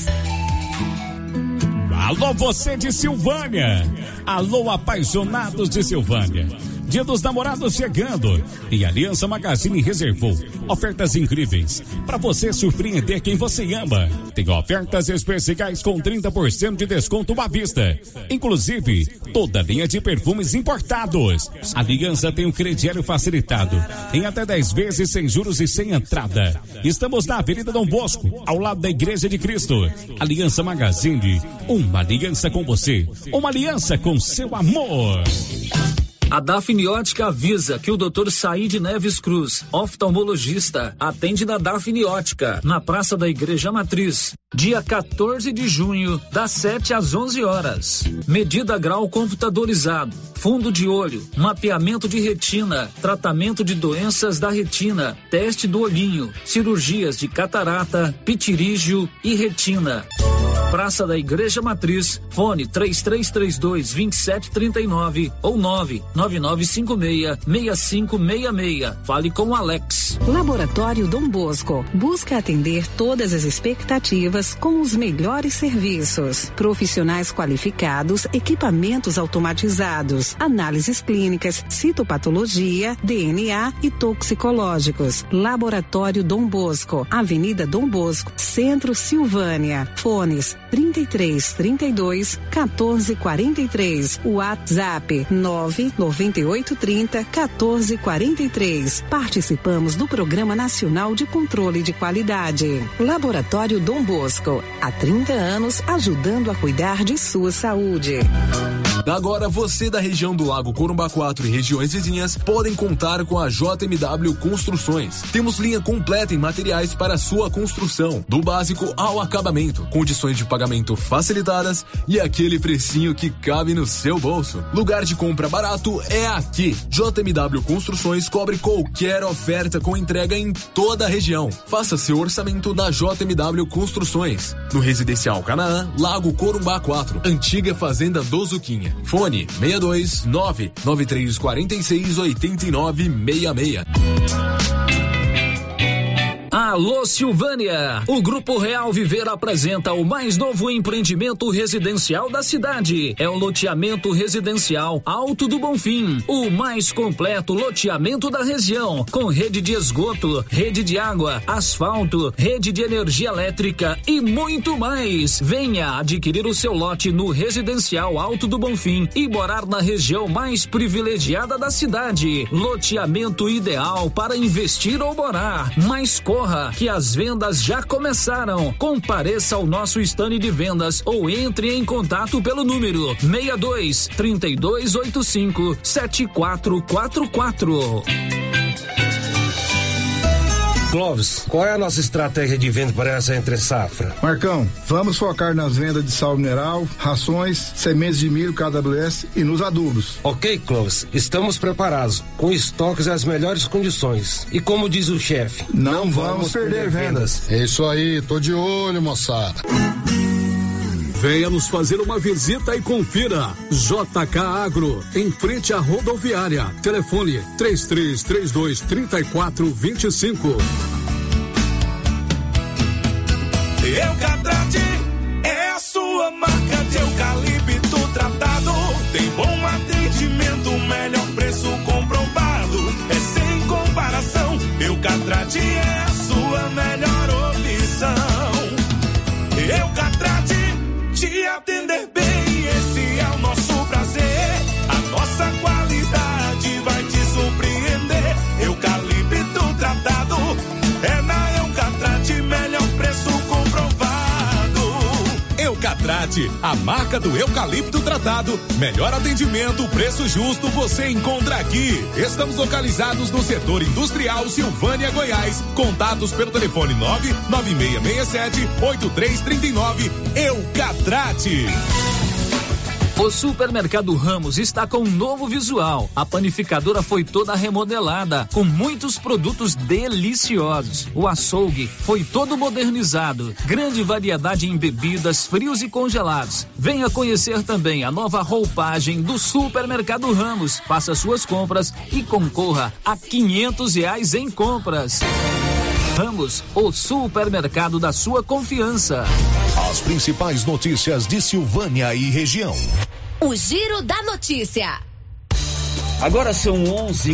Alô, você de Silvânia. Alô, apaixonados de Silvânia. Dia dos Namorados chegando e a Aliança Magazine reservou ofertas incríveis para você surpreender quem você ama. Tem ofertas especiais com 30% de desconto à vista, inclusive toda linha de perfumes importados. A Aliança tem um crediário facilitado em até 10 vezes sem juros e sem entrada. Estamos na Avenida Dom Bosco, ao lado da Igreja de Cristo. Aliança Magazine, uma aliança com você, uma aliança com seu amor. A Dafniótica avisa que o Dr. Saíde Neves Cruz, oftalmologista, atende na Dafniótica, na Praça da Igreja Matriz, dia 14 de junho, das 7 às 11 horas. Medida grau computadorizado, fundo de olho, mapeamento de retina, tratamento de doenças da retina, teste do olhinho, cirurgias de catarata, pitirígio e retina. Praça da Igreja Matriz, fone 3332-2739 ou 99956-6566. Fale com o Alex. Laboratório Dom Bosco busca atender todas as expectativas com os melhores serviços. Profissionais qualificados, equipamentos automatizados, análises clínicas, citopatologia, DNA e toxicológicos. Laboratório Dom Bosco, Avenida Dom Bosco, Centro, Silvânia. Fones 3332 1443. WhatsApp 99830 1443. Participamos do Programa Nacional de Controle de Qualidade. Laboratório Dom Bosco, há 30 anos ajudando a cuidar de sua saúde. Agora você da região do Lago Corumbá 4 e regiões vizinhas podem contar com a JMW Construções. Temos linha completa em materiais para sua construção, do básico ao acabamento, condições de pagamento facilitadas e aquele precinho que cabe no seu bolso. Lugar de compra barato é aqui. JMW Construções cobre qualquer oferta com entrega em toda a região. Faça seu orçamento na JMW Construções. No Residencial Canaã, Lago Corumbá 4, antiga Fazenda do Zuquinha. Fone 62 99346 8966. Alô Silvânia! O Grupo Real Viver apresenta o mais novo empreendimento residencial da cidade. É o loteamento residencial Alto do Bonfim, o mais completo loteamento da região, com rede de esgoto, rede de água, asfalto, rede de energia elétrica e muito mais. Venha adquirir o seu lote no residencial Alto do Bonfim e morar na região mais privilegiada da cidade. Loteamento ideal para investir ou morar. Mas corra, que as vendas já começaram. Compareça ao nosso stand de vendas ou entre em contato pelo número 62 3285 7444. Clóvis, qual é a nossa estratégia de venda para essa entre-safra? Marcão, vamos focar nas vendas de sal mineral, rações, sementes de milho KWS e nos adubos. Ok, Clóvis, estamos preparados, com estoques às melhores condições. E como diz o chefe, não vamos perder vendas. É isso aí, tô de olho, moçada. Venha nos fazer uma visita e confira. JK Agro, em frente à rodoviária. Telefone 3332-3425. Eucatrate é a sua marca de eucalipto tratado. Tem bom atendimento, melhor preço comprovado. É sem comparação. Eucatrate é a sua melhor opção. Eucatrate, te atender bem, esse é o nosso prazer. A nossa qualidade vai te surpreender. Eucalipto tratado é na Eucatrate, melhor preço comprovado. Eucatrate, a marca do eucalipto tratado. Melhor atendimento, preço justo, você encontra aqui. Estamos localizados no setor industrial Silvânia, Goiás. Contatos pelo telefone 99667-8339. Eucatrate. O Supermercado Ramos está com um novo visual. A panificadora foi toda remodelada, com muitos produtos deliciosos. O açougue foi todo modernizado. Grande variedade em bebidas, frios e congelados. Venha conhecer também a nova roupagem do Supermercado Ramos. Faça suas compras e concorra a R$500 em compras. Ramos, o supermercado da sua confiança. As principais notícias de Silvânia e região. O Giro da Notícia. Agora são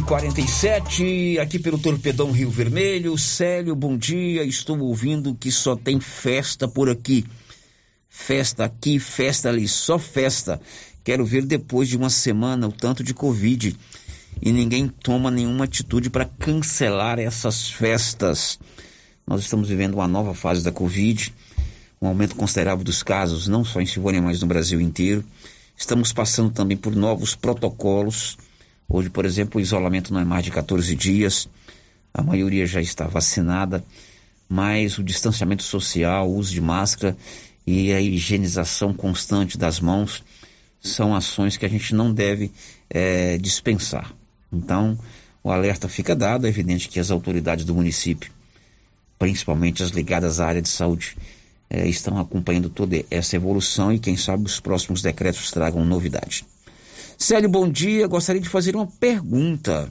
11h47, aqui pelo Torpedão Rio Vermelho. Célio, bom dia. Estou ouvindo que só tem festa por aqui. Festa aqui, festa ali, só festa. Quero ver depois de uma semana o tanto de Covid. E ninguém toma nenhuma atitude para cancelar essas festas. Nós estamos vivendo uma nova fase da Covid, um aumento considerável dos casos, não só em Silvânia, mas no Brasil inteiro. Estamos passando também por novos protocolos. Hoje, por exemplo, o isolamento não é mais de 14 dias, a maioria já está vacinada, mas o distanciamento social, o uso de máscara e a higienização constante das mãos são ações que a gente não deve dispensar. Então, o alerta fica dado. É evidente que as autoridades do município, principalmente as ligadas à área de saúde, estão acompanhando toda essa evolução e quem sabe os próximos decretos tragam novidade. Célio, bom dia. Gostaria de fazer uma pergunta.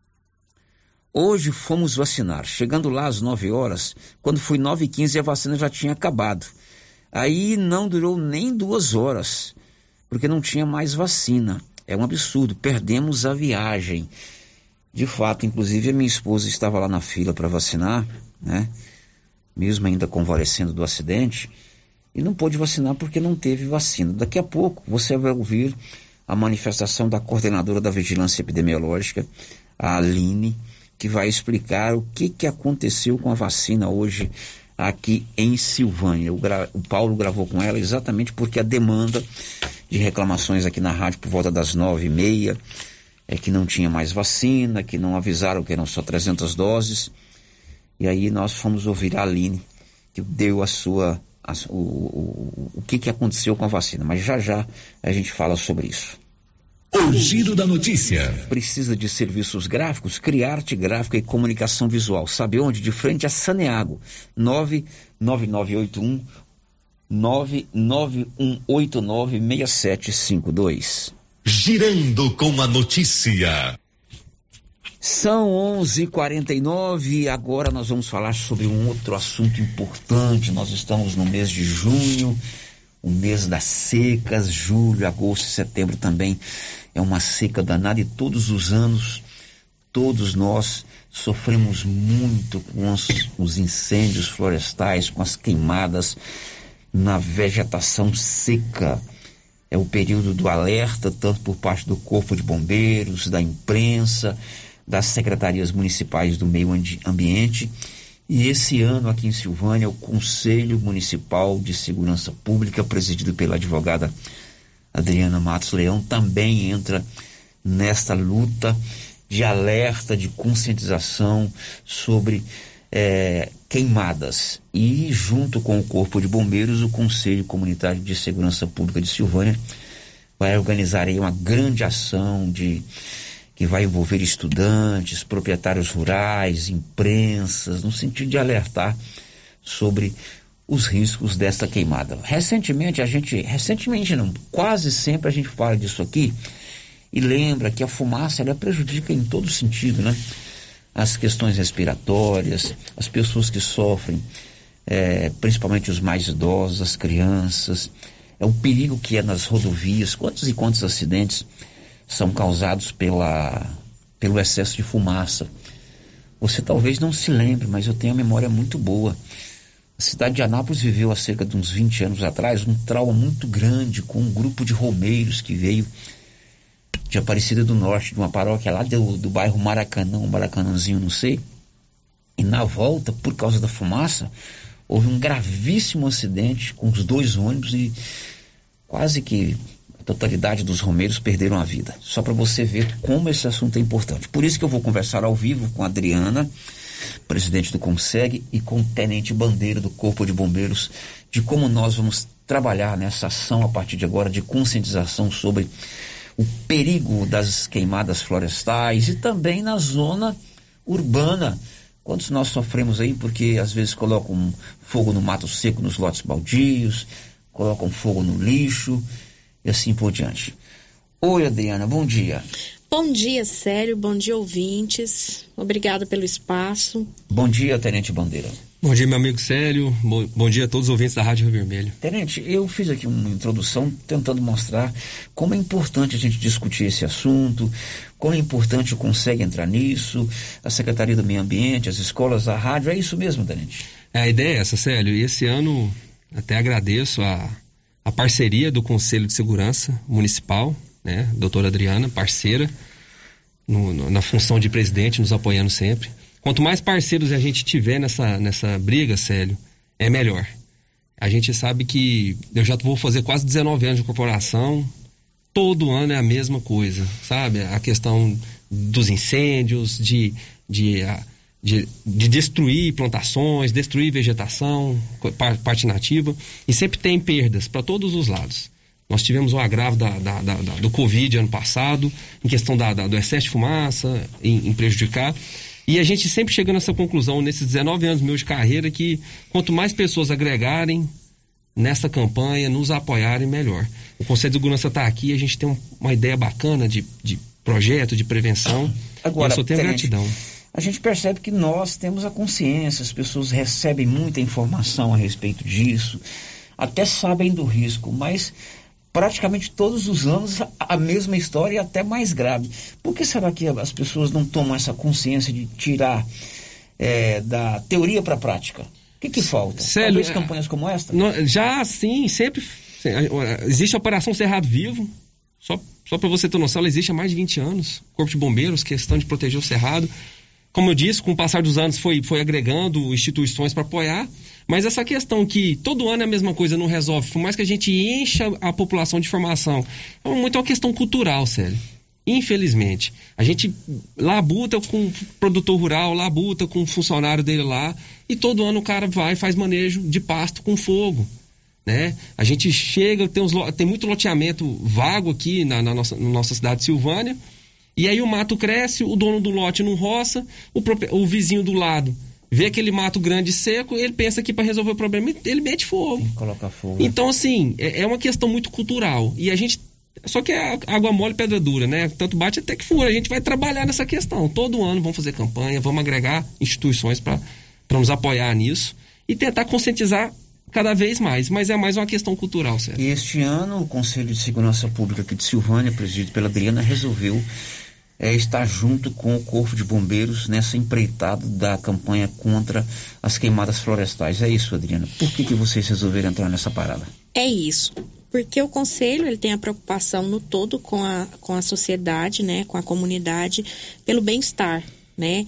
Hoje fomos vacinar. Chegando lá às 9 horas, quando foi 9h15 a vacina já tinha acabado. Aí não durou nem 2 horas, porque não tinha mais vacina. É um absurdo, perdemos a viagem. De fato, inclusive a minha esposa estava lá na fila para vacinar, né? Mesmo ainda convalescendo do acidente, e não pôde vacinar porque não teve vacina. Daqui a pouco você vai ouvir a manifestação da coordenadora da Vigilância Epidemiológica, a Aline, que vai explicar o que aconteceu com a vacina hoje aqui em Silvânia. O Paulo gravou com ela exatamente porque a demanda de reclamações aqui na rádio por volta das 9h30 é que não tinha mais vacina, que não avisaram que eram só 300 doses. E aí nós fomos ouvir a Aline, que deu o que aconteceu com a vacina. Mas já a gente fala sobre isso. O Giro da Notícia. Precisa de serviços gráficos? Criarte Gráfica e Comunicação Visual. Sabe onde? De frente a Saneago. 99989-6752. Girando com a notícia. São 11h49 e agora nós vamos falar sobre um outro assunto importante. Nós estamos no mês de junho, o mês das secas, julho, agosto e setembro também é uma seca danada e todos os anos, todos nós sofremos muito com os incêndios florestais, com as queimadas na vegetação seca. É o período do alerta, tanto por parte do Corpo de Bombeiros, da imprensa, das secretarias municipais do meio ambiente. E esse ano aqui em Silvânia, o Conselho Municipal de Segurança Pública, presidido pela advogada Adriana Matos Leão, também entra nesta luta de alerta, de conscientização sobre queimadas. E junto com o Corpo de Bombeiros, o Conselho Comunitário de Segurança Pública de Silvânia vai organizar aí uma grande ação que vai envolver estudantes, proprietários rurais, imprensas, no sentido de alertar sobre os riscos desta queimada. Recentemente não, quase sempre a gente fala disso aqui e lembra que a fumaça ela prejudica em todo sentido, né? As questões respiratórias, as pessoas que sofrem, principalmente os mais idosos, as crianças, o perigo que é nas rodovias, quantos e quantos acidentes são causados pelo excesso de fumaça. Você talvez não se lembre, mas eu tenho uma memória muito boa. A cidade de Anápolis viveu há cerca de uns 20 anos atrás um trauma muito grande com um grupo de romeiros que veio de Aparecida do Norte, de uma paróquia lá do bairro Maracanã, um Maracanãzinho, não sei. E na volta, por causa da fumaça, houve um gravíssimo acidente com os 2 ônibus e quase que a totalidade dos romeiros perderam a vida. Só para você ver como esse assunto é importante. Por isso que eu vou conversar ao vivo com a Adriana, presidente do CONSEG, e com o tenente Bandeira do Corpo de Bombeiros, de como nós vamos trabalhar nessa ação a partir de agora de conscientização sobre o perigo das queimadas florestais e também na zona urbana. Quantos nós sofremos aí porque às vezes colocam fogo no mato seco nos lotes baldios, colocam fogo no lixo e assim por diante. Oi, Adriana, bom dia. Bom dia, Célio, bom dia, ouvintes. Obrigada pelo espaço. Bom dia, Tenente Bandeira. Bom dia, meu amigo Célio. Bom dia a todos os ouvintes da Rádio Rio Vermelho. Tenente, eu fiz aqui uma introdução tentando mostrar como é importante a gente discutir esse assunto, como é importante o CONSEG entrar nisso, a Secretaria do Meio Ambiente, as escolas, a rádio. É isso mesmo, Tenente? A ideia é essa, Célio. E esse ano até agradeço a parceria do Conselho de Segurança Municipal, né? Doutora Adriana, parceira, na função de presidente, nos apoiando sempre. Quanto mais parceiros a gente tiver nessa briga, Célio, é melhor. A gente sabe que eu já vou fazer quase 19 anos de corporação, todo ano é a mesma coisa, sabe? A questão dos incêndios, de destruir plantações, destruir vegetação, parte nativa, e sempre tem perdas para todos os lados. Nós tivemos um agravo do Covid ano passado, em questão do excesso de fumaça, em prejudicar. E a gente sempre chega nessa conclusão, nesses 19 anos meus de carreira, que quanto mais pessoas agregarem nessa campanha, nos apoiarem, melhor. O Conselho de Segurança está aqui, a gente tem uma ideia bacana de projeto, de prevenção. Agora, eu só tenho gratidão. A gente percebe que nós temos a consciência, as pessoas recebem muita informação a respeito disso, até sabem do risco, mas praticamente todos os anos a mesma história e até mais grave. Por que será que as pessoas não tomam essa consciência de tirar da teoria para a prática? O que falta? Célio, talvez campanhas como esta? Já sim, sempre. Existe a Operação Cerrado Vivo. Só para você ter noção, ela existe há mais de 20 anos. Corpo de Bombeiros, questão de proteger o cerrado. Como eu disse, com o passar dos anos foi agregando instituições para apoiar. Mas essa questão que todo ano é a mesma coisa, não resolve. Por mais que a gente encha a população de informação, é muito uma questão cultural, Célio. Infelizmente. A gente labuta com o produtor rural, labuta com o funcionário dele lá, e todo ano o cara vai e faz manejo de pasto com fogo. Né? A gente chega, tem muito loteamento vago aqui na nossa cidade de Silvânia, e aí o mato cresce, o dono do lote não roça, o vizinho do lado vê aquele mato grande e seco, ele pensa que para resolver o problema ele mete fogo. Coloca fogo. Então, assim, é uma questão muito cultural. E a gente. Só que é água mole, pedra dura, né? Tanto bate até que fura. A gente vai trabalhar nessa questão. Todo ano vamos fazer campanha, vamos agregar instituições para nos apoiar nisso e tentar conscientizar cada vez mais, mas é mais uma questão cultural, certo? E este ano o Conselho de Segurança Pública aqui de Silvânia, presidido pela Adriana, resolveu estar junto com o Corpo de Bombeiros nessa empreitada da campanha contra as queimadas florestais. É isso, Adriana? Por que vocês resolveram entrar nessa parada? É isso, porque o Conselho ele tem a preocupação no todo com a sociedade, né, com a comunidade, pelo bem-estar. Né?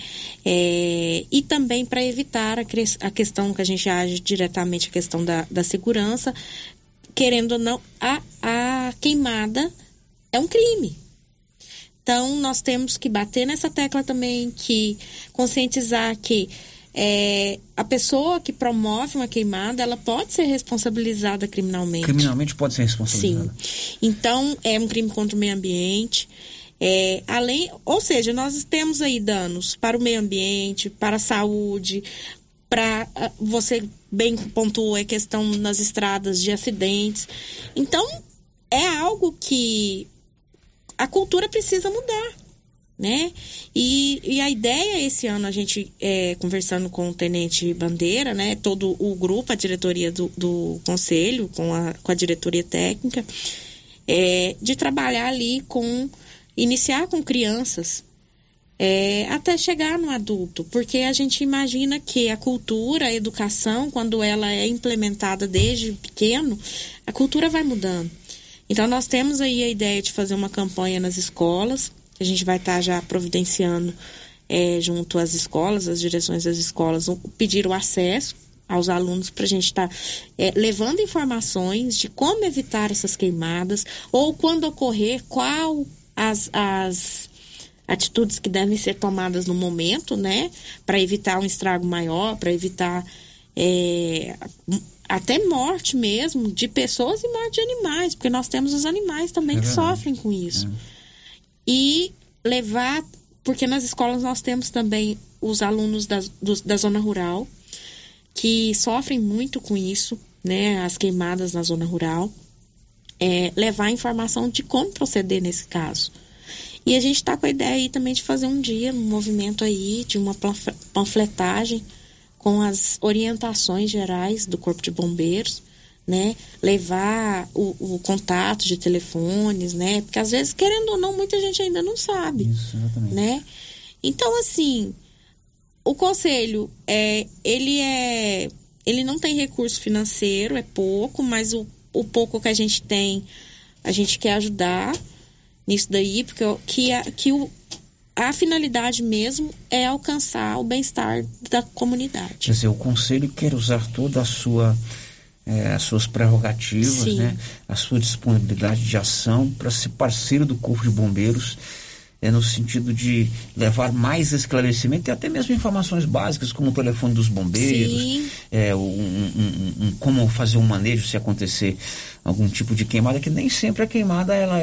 E também para evitar a questão que a gente age diretamente, a questão da segurança, querendo ou não, a queimada é um crime. Então, nós temos que bater nessa tecla também, que conscientizar que a pessoa que promove uma queimada, ela pode ser responsabilizada criminalmente. Criminalmente pode ser responsabilizada. Sim. Então, é um crime contra o meio ambiente. Ou seja, nós temos aí danos para o meio ambiente, para a saúde, para você bem pontuou a questão nas estradas de acidentes. Então, é algo que a cultura precisa mudar, né? E a ideia esse ano, a gente conversando com o Tenente Bandeira, né? Todo o grupo, a diretoria do Conselho, com a diretoria técnica, de trabalhar ali iniciar com crianças até chegar no adulto, porque a gente imagina que a cultura, a educação, quando ela é implementada desde pequeno, a cultura vai mudando. Então nós temos aí a ideia de fazer uma campanha nas escolas, que a gente vai estar já providenciando junto às escolas, as direções das escolas, pedir o acesso aos alunos para a gente estar levando informações de como evitar essas queimadas, ou quando ocorrer, qual as atitudes que devem ser tomadas no momento, né, para evitar um estrago maior, para evitar até morte mesmo de pessoas e morte de animais, porque nós temos os animais também que sofrem com isso. E levar, porque nas escolas nós temos também os alunos da zona rural que sofrem muito com isso, né, as queimadas na zona rural, levar informação de como proceder nesse caso. E a gente está com a ideia aí também de fazer um dia, um movimento aí de uma panfletagem com as orientações gerais do Corpo de Bombeiros, né? Levar o contato de telefones, né? Porque às vezes, querendo ou não, muita gente ainda não sabe. Isso, exatamente. Né? Então, assim, o Conselho, ele não tem recurso financeiro, é pouco, mas o pouco que a gente tem, a gente quer ajudar nisso daí, porque a finalidade mesmo é alcançar o bem-estar da comunidade. Quer dizer, o Conselho quer usar toda as suas prerrogativas, né, a sua disponibilidade de ação para ser parceiro do Corpo de Bombeiros, no sentido de levar mais esclarecimento e até mesmo informações básicas, como o telefone dos bombeiros, como fazer um manejo se acontecer algum tipo de queimada, que nem sempre a queimada ela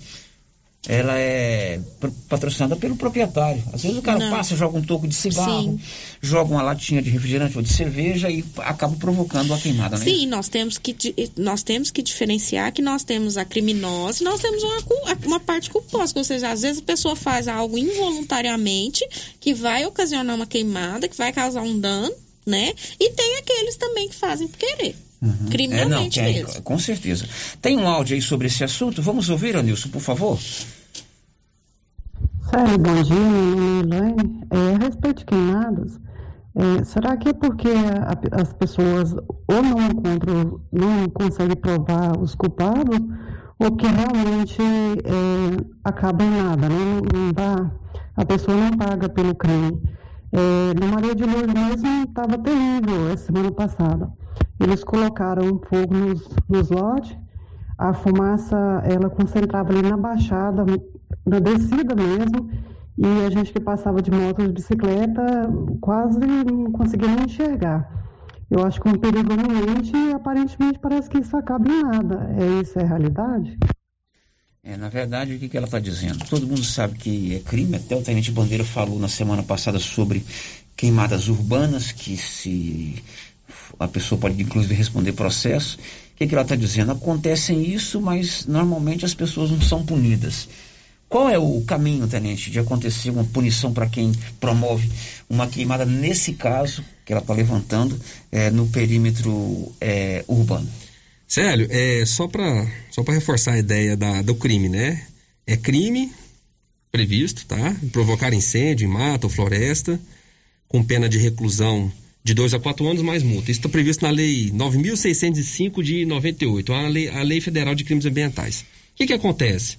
é patrocinada pelo proprietário. Às vezes o cara passa, joga um toco de cigarro, joga uma latinha de refrigerante ou de cerveja e acaba provocando a queimada, né? Sim, nós temos que diferenciar que nós temos a criminosa e nós temos uma parte culposa, ou seja, às vezes a pessoa faz algo involuntariamente que vai ocasionar uma queimada, que vai causar um dano, né? E tem aqueles também que fazem por querer. Criminalmente mesmo. Com certeza. Tem um áudio aí sobre esse assunto? Vamos ouvir, Anilson, por favor. Bom dia, meu nome é Elaine. A respeito de queimadas, Será que é porque as pessoas ou não conseguem provar os culpados, ou que realmente acaba em nada, né? Não dá, a pessoa não paga pelo crime. No Maria de Lourdes mesmo estava terrível a semana passada. Eles colocaram fogo nos lotes, a fumaça ela concentrava ali na baixada, na descida mesmo, e a gente que passava de moto, de bicicleta, quase não conseguia nem enxergar. Eu acho que um perigo iminente e aparentemente parece que isso acaba em nada. Isso é realidade? Na verdade, o que ela está dizendo? Todo mundo sabe que é crime, até o Tenente Bandeira falou na semana passada sobre queimadas urbanas, que se a pessoa pode inclusive responder processo. O que ela está dizendo? Acontecem isso, mas normalmente as pessoas não são punidas. Qual é o caminho, Tenente, de acontecer uma punição para quem promove uma queimada, nesse caso, que ela está levantando, no perímetro urbano? Célio, só para reforçar a ideia do crime, né? É crime previsto, tá? Provocar incêndio em mata ou floresta, com pena de reclusão de 2 a 4 anos mais multa. Isso está previsto na Lei 9.605 de 98, a Lei Federal de Crimes Ambientais. O que acontece?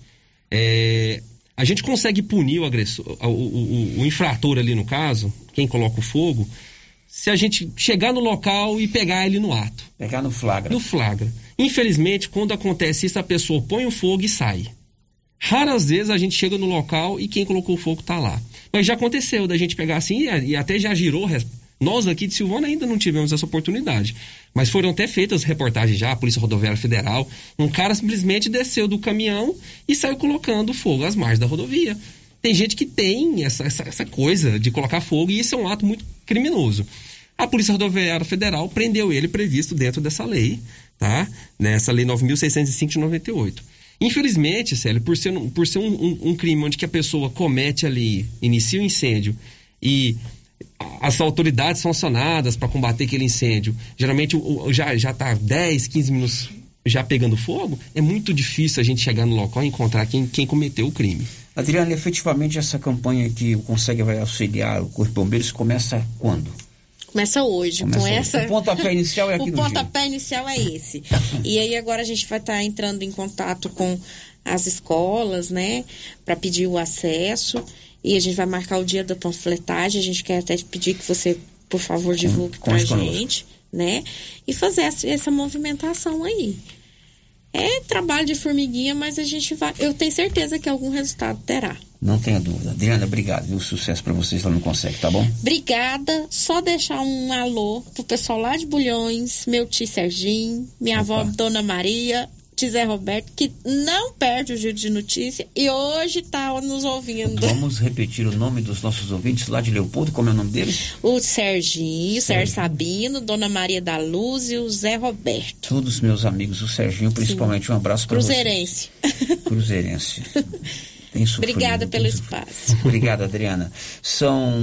A gente consegue punir o agressor, o infrator ali no caso, quem coloca o fogo, se a gente chegar no local e pegar ele no ato. Pegar no flagra. No flagra. Infelizmente, quando acontece isso, a pessoa põe o fogo e sai. Raras vezes a gente chega no local e quem colocou o fogo está lá. Mas já aconteceu da gente pegar assim e até já girou. Nós aqui de Silvânia ainda não tivemos essa oportunidade. Mas foram até feitas reportagens já, a Polícia Rodoviária Federal. Um cara simplesmente desceu do caminhão e saiu colocando fogo às margens da rodovia. Tem gente que tem essa coisa de colocar fogo e isso é um ato muito criminoso. A Polícia Rodoviária Federal prendeu ele previsto dentro dessa lei, tá? Nessa Lei 9.605 de 98. Infelizmente, Célio, por ser um crime onde que a pessoa comete ali, inicia o incêndio e as autoridades são acionadas para combater aquele incêndio, geralmente já está 10, 15 minutos já pegando fogo, é muito difícil a gente chegar no local e encontrar quem cometeu o crime. Adriana, efetivamente essa campanha que o Conseg vai auxiliar o Corpo de Bombeiros começa quando? Começa hoje. O pontapé inicial é aqui no pontapé inicial é esse. E aí agora a gente vai estar entrando em contato com as escolas, né, para pedir o acesso. E a gente vai marcar o dia da panfletagem. A gente quer até pedir que você, por favor, divulgue pra gente, né? E fazer essa movimentação aí. É trabalho de formiguinha, mas a gente vai... Eu tenho certeza que algum resultado terá. Não tenha dúvida. Adriana, obrigado. E um sucesso para vocês lá no Conseg, tá bom? Obrigada. Só deixar um alô pro pessoal lá de Bulhões, meu tio Serginho, minha avó Dona Maria, tio Zé Roberto, que não perde o Giro de Notícia e hoje tá nos ouvindo. Vamos repetir o nome dos nossos ouvintes lá de Leopoldo, como é o nome deles? O Serginho, Sérgio Sabino, Dona Maria da Luz e o Zé Roberto. Todos meus amigos, o Serginho, principalmente. Sim. Um abraço para você. Cruzeirense. Obrigada pelo espaço. Obrigada, Adriana. São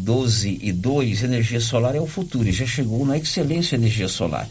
12h02, energia solar é o futuro e já chegou na Excelência Energia Solar.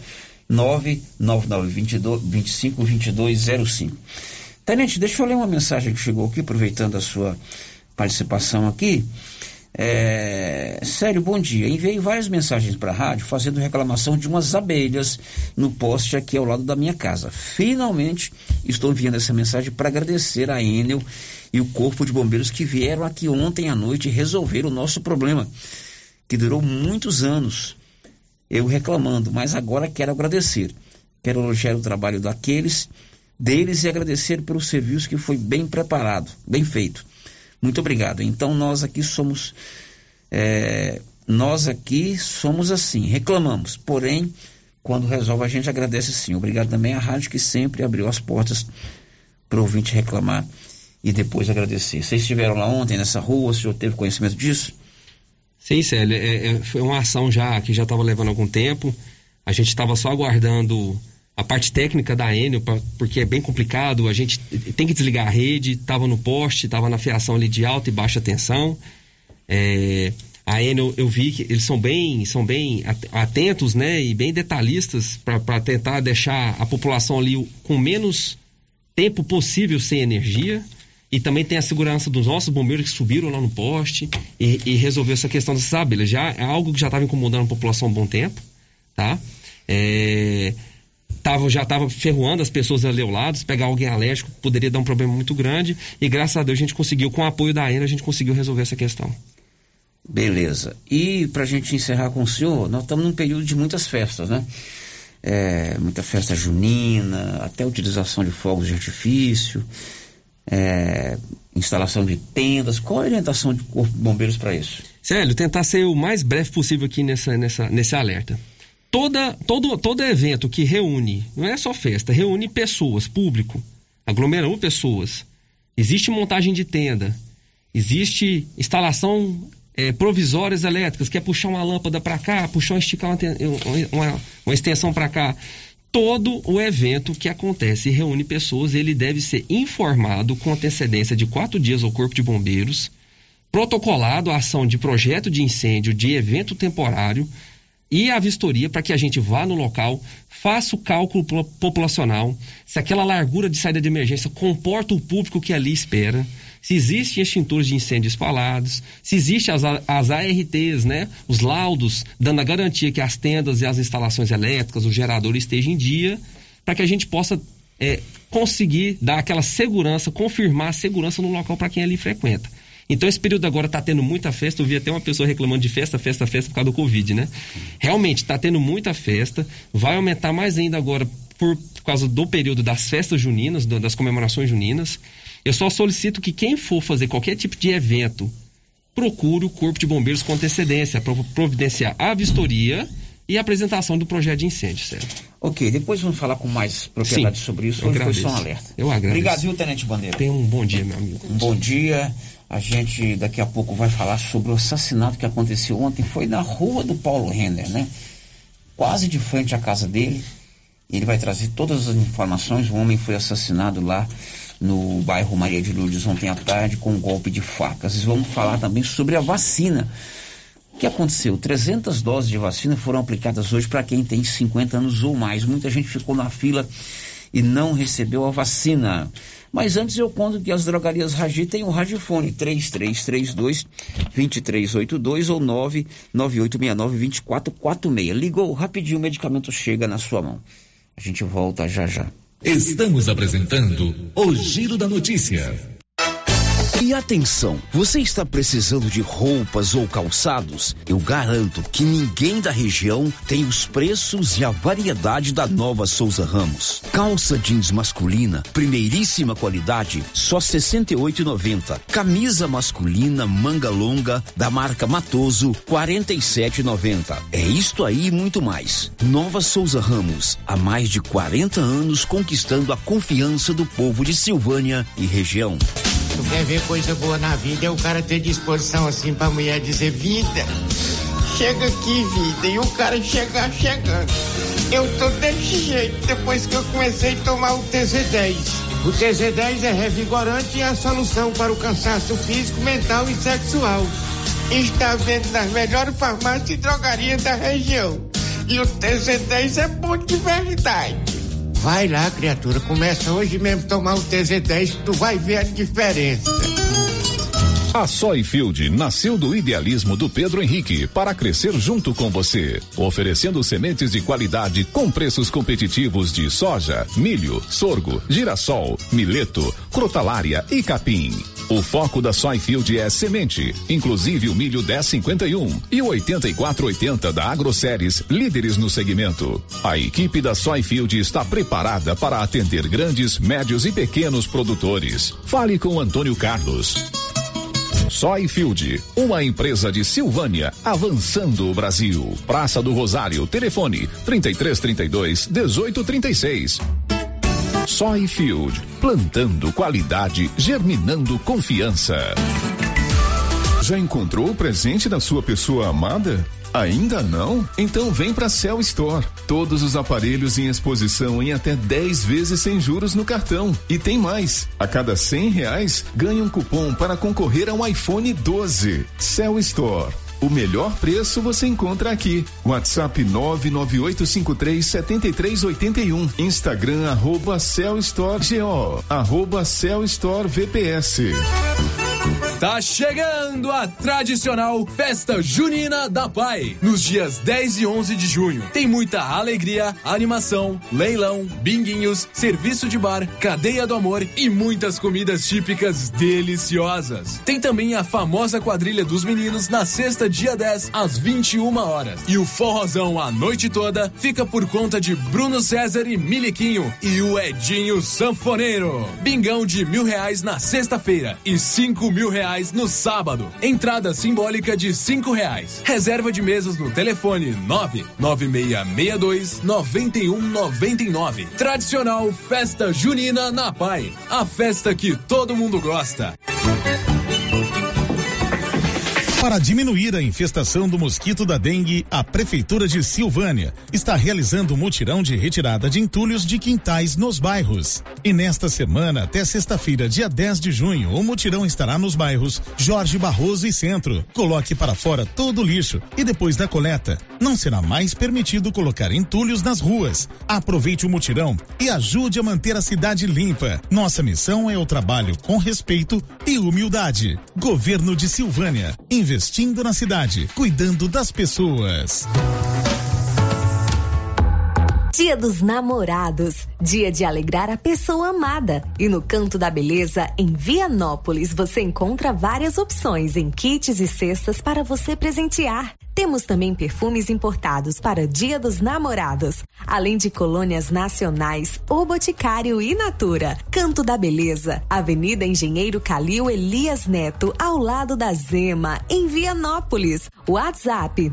999-25-2205. Tenente, deixa eu ler uma mensagem que chegou aqui, aproveitando a sua participação aqui. Sério, bom dia. Enviei várias mensagens para a rádio fazendo reclamação de umas abelhas no poste aqui ao lado da minha casa. Finalmente estou enviando essa mensagem para agradecer a Enel e o Corpo de Bombeiros que vieram aqui ontem à noite resolver o nosso problema, que durou muitos anos. Eu reclamando, mas agora quero agradecer. Quero elogiar o trabalho deles e agradecer pelo serviço que foi bem preparado, bem feito. Muito obrigado. Então nós aqui somos assim, reclamamos, porém, quando resolve a gente agradece sim. Obrigado também à rádio que sempre abriu as portas para o ouvinte reclamar e depois agradecer. Vocês estiveram lá ontem nessa rua, o senhor teve conhecimento disso? Sim, Célio, foi uma ação que já estava levando algum tempo. A gente estava só aguardando a parte técnica da Enel, porque é bem complicado, a gente tem que desligar a rede, estava no poste, estava na fiação ali de alta e baixa tensão. A Enel, eu vi que eles são bem atentos, né, e bem detalhistas para tentar deixar a população ali com menos tempo possível sem energia. E também tem a segurança dos nossos bombeiros que subiram lá no poste e resolveu essa questão dessas abelhas. Já é algo que já estava incomodando a população há um bom tempo, tá? Já estava ferroando as pessoas ali ao lado. Se pegar alguém alérgico, poderia dar um problema muito grande. E graças a Deus a gente conseguiu, com o apoio da AENA, a gente conseguiu resolver essa questão. Beleza. E pra gente encerrar com o senhor, nós estamos num período de muitas festas, né? Muita festa junina, até utilização de fogos de artifício, instalação de tendas. Qual a orientação de Corpo de Bombeiros para isso? Célio, tentar ser o mais breve possível aqui nesse alerta. Todo evento que reúne, não é só festa, reúne pessoas, público, aglomerando pessoas. Existe montagem de tenda, existe instalação provisórias elétricas, que é puxar uma lâmpada para cá, esticar uma extensão para cá. Todo o evento que acontece e reúne pessoas, ele deve ser informado com antecedência de 4 dias ao Corpo de Bombeiros, protocolado a ação de projeto de incêndio, de evento temporário e a vistoria para que a gente vá no local, faça o cálculo populacional, se aquela largura de saída de emergência comporta o público que ali espera, se existem extintores de incêndio espalhados, se existem as ARTs, né, os laudos, dando a garantia que as tendas e as instalações elétricas, o gerador estejam em dia, para que a gente possa conseguir dar aquela segurança, confirmar a segurança no local para quem ali frequenta. Então esse período agora está tendo muita festa. Eu vi até uma pessoa reclamando de festa por causa do Covid, né? Realmente está tendo muita festa, vai aumentar mais ainda agora por causa do período das festas juninas, das comemorações juninas. Eu só solicito que quem for fazer qualquer tipo de evento, procure o Corpo de Bombeiros com antecedência para providenciar a vistoria e a apresentação do projeto de incêndio, certo? Ok, depois vamos falar com mais propriedade sobre isso. Hoje foi só um alerta. Eu agradeço. Obrigado, viu, Tenente Bandeira? Tenha um bom dia, meu amigo. Um bom dia. A gente daqui a pouco vai falar sobre o assassinato que aconteceu ontem. Foi na rua do Paulo Renner, né? Quase de frente à casa dele. Ele vai trazer todas as informações. O homem foi assassinado lá no bairro Maria de Lourdes ontem à tarde com um golpe de facas. E vamos falar também sobre a vacina. O que aconteceu? 300 doses de vacina foram aplicadas hoje para quem tem 50 anos ou mais. Muita gente ficou na fila e não recebeu a vacina. Mas antes eu conto que as drogarias Ragi têm o Ragifone 3332-2382 ou 99869-2446. Ligou rapidinho, o medicamento chega na sua mão. A gente volta já já. Estamos apresentando o Giro da Notícia. E atenção, você está precisando de roupas ou calçados? Eu garanto que ninguém da região tem os preços e a variedade da Nova Souza Ramos. Calça jeans masculina, primeiríssima qualidade, só R$ 68,90. Camisa masculina, manga longa, da marca Matoso, R$ 47,90. É isto aí e muito mais. Nova Souza Ramos, há mais de 40 anos conquistando a confiança do povo de Silvânia e região. Tu quer ver coisa boa na vida, é o cara ter disposição assim pra mulher dizer: vida, chega aqui, vida, e o cara chegar chegando. Eu tô desse jeito depois que eu comecei a tomar o TZ10. O TZ10 é revigorante e a solução para o cansaço físico, mental e sexual. Está vendo nas melhores farmácias e drogarias da região. E o TZ10 é bom de verdade. Vai lá, criatura, começa hoje mesmo a tomar o TZ10 que tu vai ver a diferença. A Soyfield nasceu do idealismo do Pedro Henrique para crescer junto com você, oferecendo sementes de qualidade com preços competitivos de soja, milho, sorgo, girassol, mileto, crotalária e capim. O foco da Soyfield é semente, inclusive o milho 1051 e o 8480 da AgroSéries, líderes no segmento. A equipe da Soyfield está preparada para atender grandes, médios e pequenos produtores. Fale com Antônio Carlos. Soyfield, uma empresa de Silvânia, avançando o Brasil. Praça do Rosário, telefone 3332-1836. Soyfield, plantando qualidade, germinando confiança. Já encontrou o presente da sua pessoa amada? Ainda não? Então vem pra Cell Store. Todos os aparelhos em exposição em até 10 vezes sem juros no cartão. E tem mais. A cada R$100 ganha um cupom para concorrer a um iPhone 12. Cell Store. O melhor preço você encontra aqui. WhatsApp 998537381. Instagram @CellStoreGO, @CellStoreVPS. Tá chegando a tradicional Festa Junina da Pai, nos dias 10 e 11 de junho. Tem muita alegria, animação, leilão, binguinhos, serviço de bar, cadeia do amor e muitas comidas típicas deliciosas. Tem também a famosa quadrilha dos meninos na sexta, dia 10, às 21 horas. E o forrozão a noite toda fica por conta de Bruno César e Miliquinho e o Edinho Sanfoneiro. Bingão de R$1.000 na sexta-feira e R$5.000 no sábado. Entrada simbólica de R$5. Reserva de mesas no telefone 99662-9199. Tradicional Festa Junina na Pai. A festa que todo mundo gosta. Para diminuir a infestação do mosquito da dengue, a Prefeitura de Silvânia está realizando um mutirão de retirada de entulhos de quintais nos bairros. E nesta semana, até sexta-feira, dia 10 de junho, o mutirão estará nos bairros Jorge Barroso e Centro. Coloque para fora todo o lixo e depois da coleta, não será mais permitido colocar entulhos nas ruas. Aproveite o mutirão e ajude a manter a cidade limpa. Nossa missão é o trabalho com respeito e humildade. Governo de Silvânia, investindo na cidade, cuidando das pessoas. Dia dos Namorados, dia de alegrar a pessoa amada. E no Canto da Beleza, em Vianópolis, você encontra várias opções em kits e cestas para você presentear. Temos também perfumes importados para Dia dos Namorados, além de colônias nacionais, O Boticário e Natura. Canto da Beleza, Avenida Engenheiro Calil Elias Neto, ao lado da Zema, em Vianópolis. WhatsApp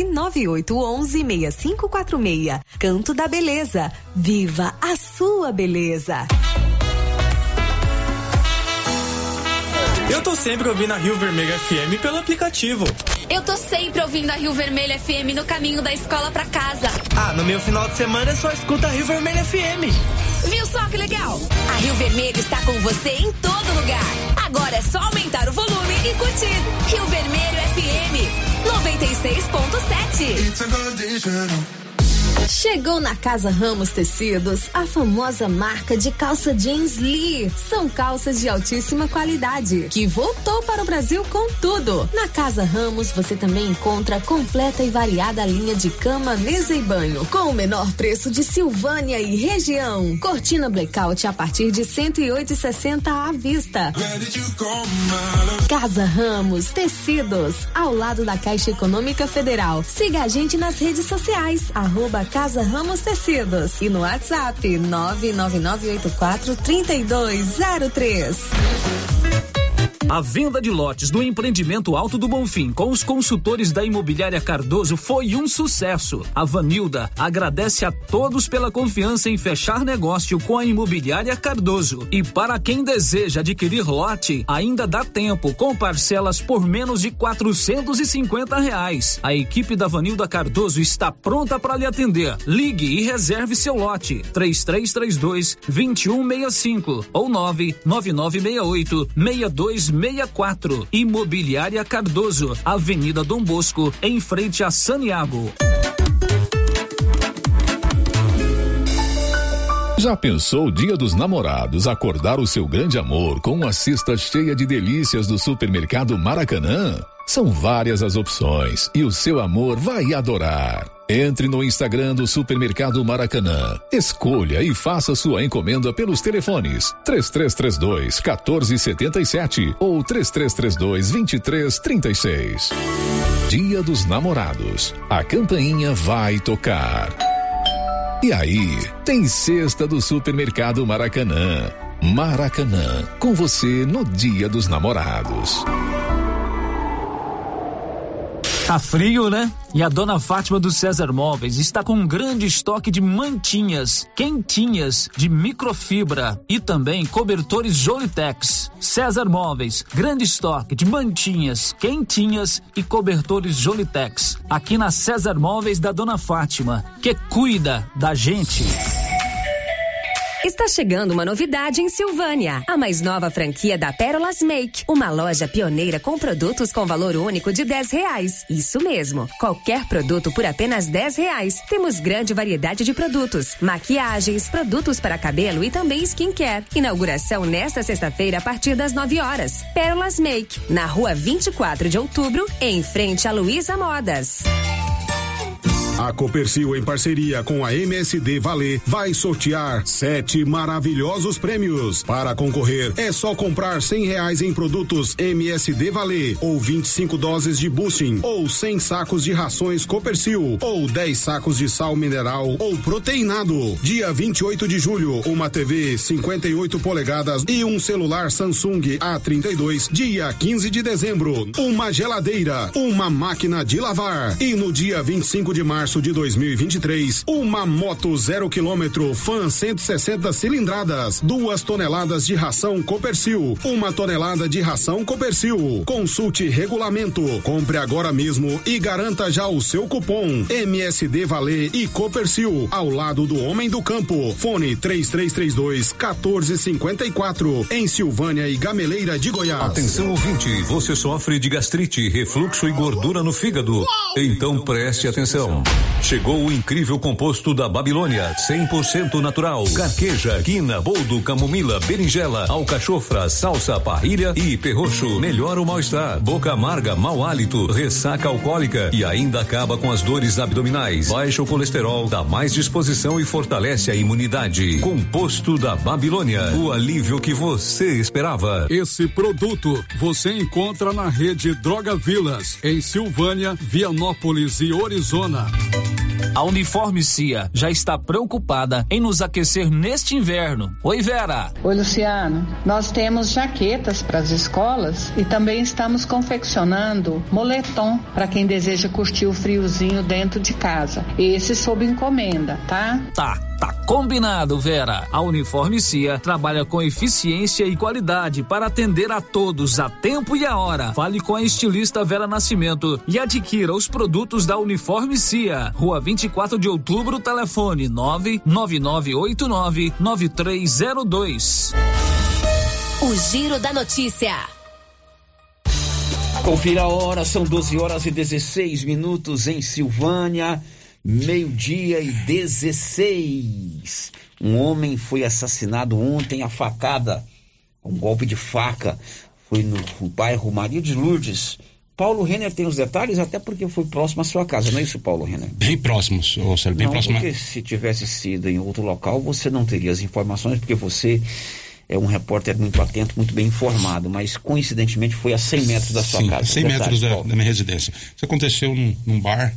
99811-6546. Canto da Beleza, viva a sua beleza. Eu tô sempre ouvindo a Rio Vermelho FM pelo aplicativo. Eu tô sempre ouvindo a Rio Vermelho FM no caminho da escola pra casa. Ah, no meu final de semana eu só escuto a Rio Vermelho FM. Viu só que legal? A Rio Vermelho está com você em todo lugar. Agora é só aumentar o volume e curtir. Rio Vermelho FM 96.7. Chegou na Casa Ramos Tecidos a famosa marca de calça jeans Lee. São calças de altíssima qualidade que voltou para o Brasil com tudo. Na Casa Ramos você também encontra a completa e variada linha de cama, mesa e banho com o menor preço de Silvânia e região. Cortina blackout a partir de R$108,60 à vista. Casa Ramos Tecidos, ao lado da Caixa Econômica Federal. Siga a gente nas redes sociais, @Casa Ramos Tecidos e no WhatsApp 999843203. A venda de lotes do empreendimento Alto do Bonfim com os consultores da Imobiliária Cardoso foi um sucesso. A Vanilda agradece a todos pela confiança em fechar negócio com a Imobiliária Cardoso. E para quem deseja adquirir lote, ainda dá tempo, com parcelas por menos de R$450. A equipe da Vanilda Cardoso está pronta para lhe atender. Ligue e reserve seu lote. 3332-2165 ou 99968-6264. Imobiliária Cardoso, Avenida Dom Bosco, em frente a Saniago. Já pensou o Dia dos Namorados acordar o seu grande amor com uma cesta cheia de delícias do Supermercado Maracanã? São várias as opções e o seu amor vai adorar. Entre no Instagram do Supermercado Maracanã, escolha e faça sua encomenda pelos telefones 3332-1477 ou 3332-2336. Dia dos Namorados, a campainha vai tocar. E aí, tem cesta do Supermercado Maracanã. Maracanã, com você no Dia dos Namorados. Tá frio, né? E a dona Fátima do César Móveis está com um grande estoque de mantinhas quentinhas de microfibra e também cobertores Jolitex. César Móveis, grande estoque de mantinhas quentinhas e cobertores Jolitex. Aqui na César Móveis da dona Fátima, que cuida da gente. Está chegando uma novidade em Silvânia. A mais nova franquia da Pérolas Make. Uma loja pioneira com produtos com valor único de R$10. Isso mesmo. Qualquer produto por apenas R$10. Temos grande variedade de produtos. Maquiagens, produtos para cabelo e também skincare. Inauguração nesta sexta-feira a partir das 9 horas. Pérolas Make. Na rua 24 de outubro, em frente a Luiza Modas. A Copercil, em parceria com a MSD Valer, vai sortear 7 maravilhosos prêmios. Para concorrer, é só comprar R$100 em produtos MSD Valer, ou 25 doses de boosting, ou 100 sacos de rações Copercil, ou 10 sacos de sal mineral ou proteinado. Dia 28 de julho, uma TV 58 polegadas e um celular Samsung A32. Dia 15 de dezembro, uma geladeira, uma máquina de lavar. E no dia 25 de março de 2023, uma moto 0 km Fan 160 cilindradas, 2 toneladas de ração Copercil, 1 tonelada de ração Copercil. Consulte regulamento, compre agora mesmo e garanta já o seu cupom MSD Valer e Copercil, ao lado do Homem do Campo. Fone 3332-1454, em Silvânia e Gameleira de Goiás. Atenção ouvinte, você sofre de gastrite, refluxo e gordura no fígado? Então preste atenção. Chegou o incrível composto da Babilônia, 100% natural. Carqueja, quina, boldo, camomila, berinjela, alcachofra, salsa, parrilha e perroxo. Melhora o mal-estar, boca amarga, mau hálito, ressaca alcoólica e ainda acaba com as dores abdominais. Baixa o colesterol, dá mais disposição e fortalece a imunidade. Composto da Babilônia, o alívio que você esperava. Esse produto você encontra na rede Droga Vilas, em Silvânia, Vianópolis e Orizona. A Uniforme Cia já está preocupada em nos aquecer neste inverno. Oi, Vera. Oi, Luciano. Nós temos jaquetas para as escolas e também estamos confeccionando moletom para quem deseja curtir o friozinho dentro de casa. Esse sob encomenda, tá? Tá combinado, Vera. A Uniforme Cia trabalha com eficiência e qualidade para atender a todos a tempo e a hora. Fale com a estilista Vera Nascimento e adquira os produtos da Uniforme Cia. Rua 24 de outubro, telefone 99989-9302. O Giro da Notícia. Confira a hora, são 12h16 em Silvânia. 12:16. Um homem foi assassinado ontem a facada, um golpe de faca. Foi no bairro Maria de Lourdes. Paulo Renner tem os detalhes, até porque foi próximo à sua casa, não é isso, Paulo Renner? Bem próximo, Célio, bem próximo. Porque se tivesse sido em outro local, você não teria as informações, porque você é um repórter muito atento, muito bem informado, mas coincidentemente foi a 100 metros da sua casa. 100 metros da minha residência. Isso aconteceu num bar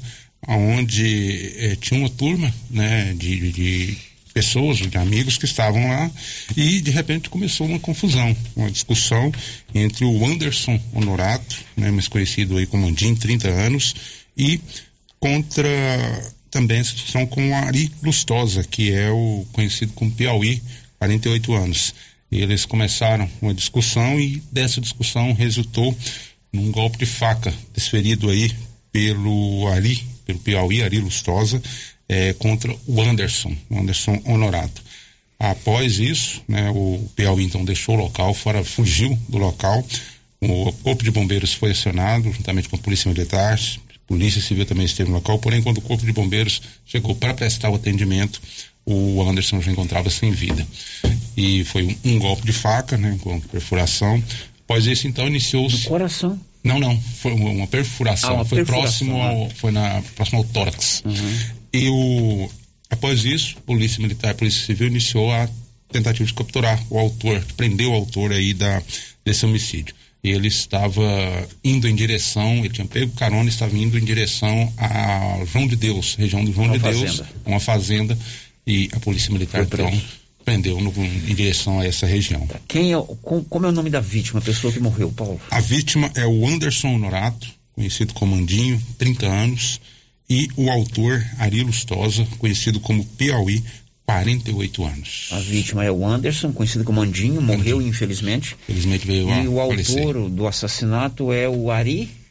onde tinha uma turma, né, de pessoas, de amigos que estavam lá, e de repente começou uma confusão, uma discussão entre o Anderson Honorato, né, mais conhecido aí como Andinho, 30 anos, e contra também essa discussão com o Ari Lustosa, que é o conhecido como Piauí, 48 anos. Eles começaram uma discussão e dessa discussão resultou num golpe de faca desferido aí pelo Piauí, Ari Lustosa, contra o Anderson Honorato. Após isso, né, o Piauí então deixou o local, fugiu do local. O Corpo de Bombeiros foi acionado, juntamente com a Polícia Militar, Polícia Civil também esteve no local, porém quando o Corpo de Bombeiros chegou para prestar o atendimento, o Anderson já encontrava sem vida. E foi um golpe de faca, né, com perfuração. Após isso, então, iniciou-se... No coração? Não, foi uma perfuração. Próximo ao tórax. Uhum. E após isso, Polícia Militar e Polícia Civil iniciou a tentativa de capturar o autor, de prender o autor aí desse homicídio. E ele estava indo em direção, ele tinha pego carona e estava indo em direção a João de Deus, região do João de Deus, uma fazenda, e a Polícia Militar então prendeu em direção a essa região. Como é o nome da vítima, a pessoa que morreu, Paulo? A vítima é o Anderson Honorato, conhecido como Andinho, 30 anos, e o autor Ari Lustosa, conhecido como Piauí, 48 anos. A vítima é o Anderson, conhecido como Andinho, morreu infelizmente. Infelizmente veio a E o falecer. autor do assassinato é o Ari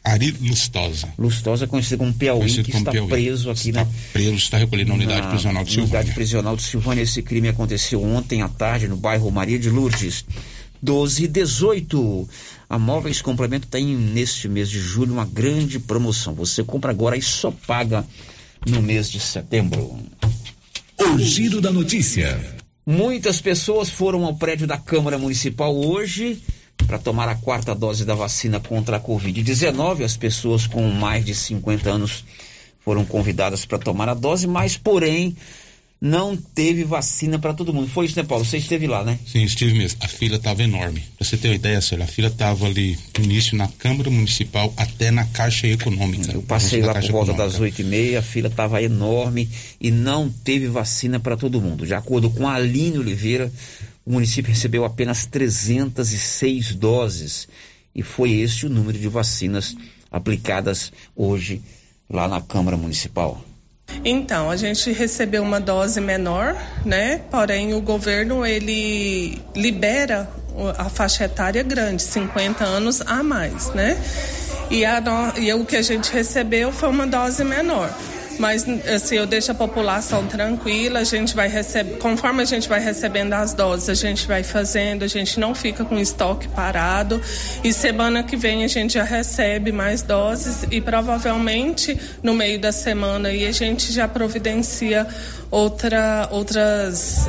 Ari Lustosa. Lustosa, conhecido como Piauí, que está preso aqui, está preso, está recolhido na unidade prisional de Silvânia. Unidade prisional de Silvânia. Esse crime aconteceu ontem à tarde no bairro Maria de Lourdes. 12h18. A Móveis Complemento tem neste mês de julho uma grande promoção. Você compra agora e só paga no mês de setembro. O Giro da Notícia. Muitas pessoas foram ao prédio da Câmara Municipal hoje para tomar a 4ª dose da vacina contra a Covid-19. As pessoas com mais de 50 anos foram convidadas para tomar a dose, mas, porém, não teve vacina para todo mundo. Foi isso, né, Paulo? Você esteve lá, né? Sim, estive mesmo. A fila estava enorme. Para você ter uma ideia, Célio, a fila estava ali no início na Câmara Municipal até na Caixa Econômica. Eu passei lá por volta das 8h30, a fila estava enorme e não teve vacina para todo mundo. De acordo com a Aline Oliveira, o município recebeu apenas 306 doses e foi este o número de vacinas aplicadas hoje lá na Câmara Municipal. Então, a gente recebeu uma dose menor, né? Porém, o governo, ele libera a faixa etária grande, 50 anos a mais, né? E o que a gente recebeu foi uma dose menor. Mas, assim, eu deixo a população tranquila, a gente vai receber, conforme a gente vai recebendo as doses, a gente vai fazendo, a gente não fica com estoque parado, e semana que vem a gente já recebe mais doses e provavelmente no meio da semana aí a gente já providencia outras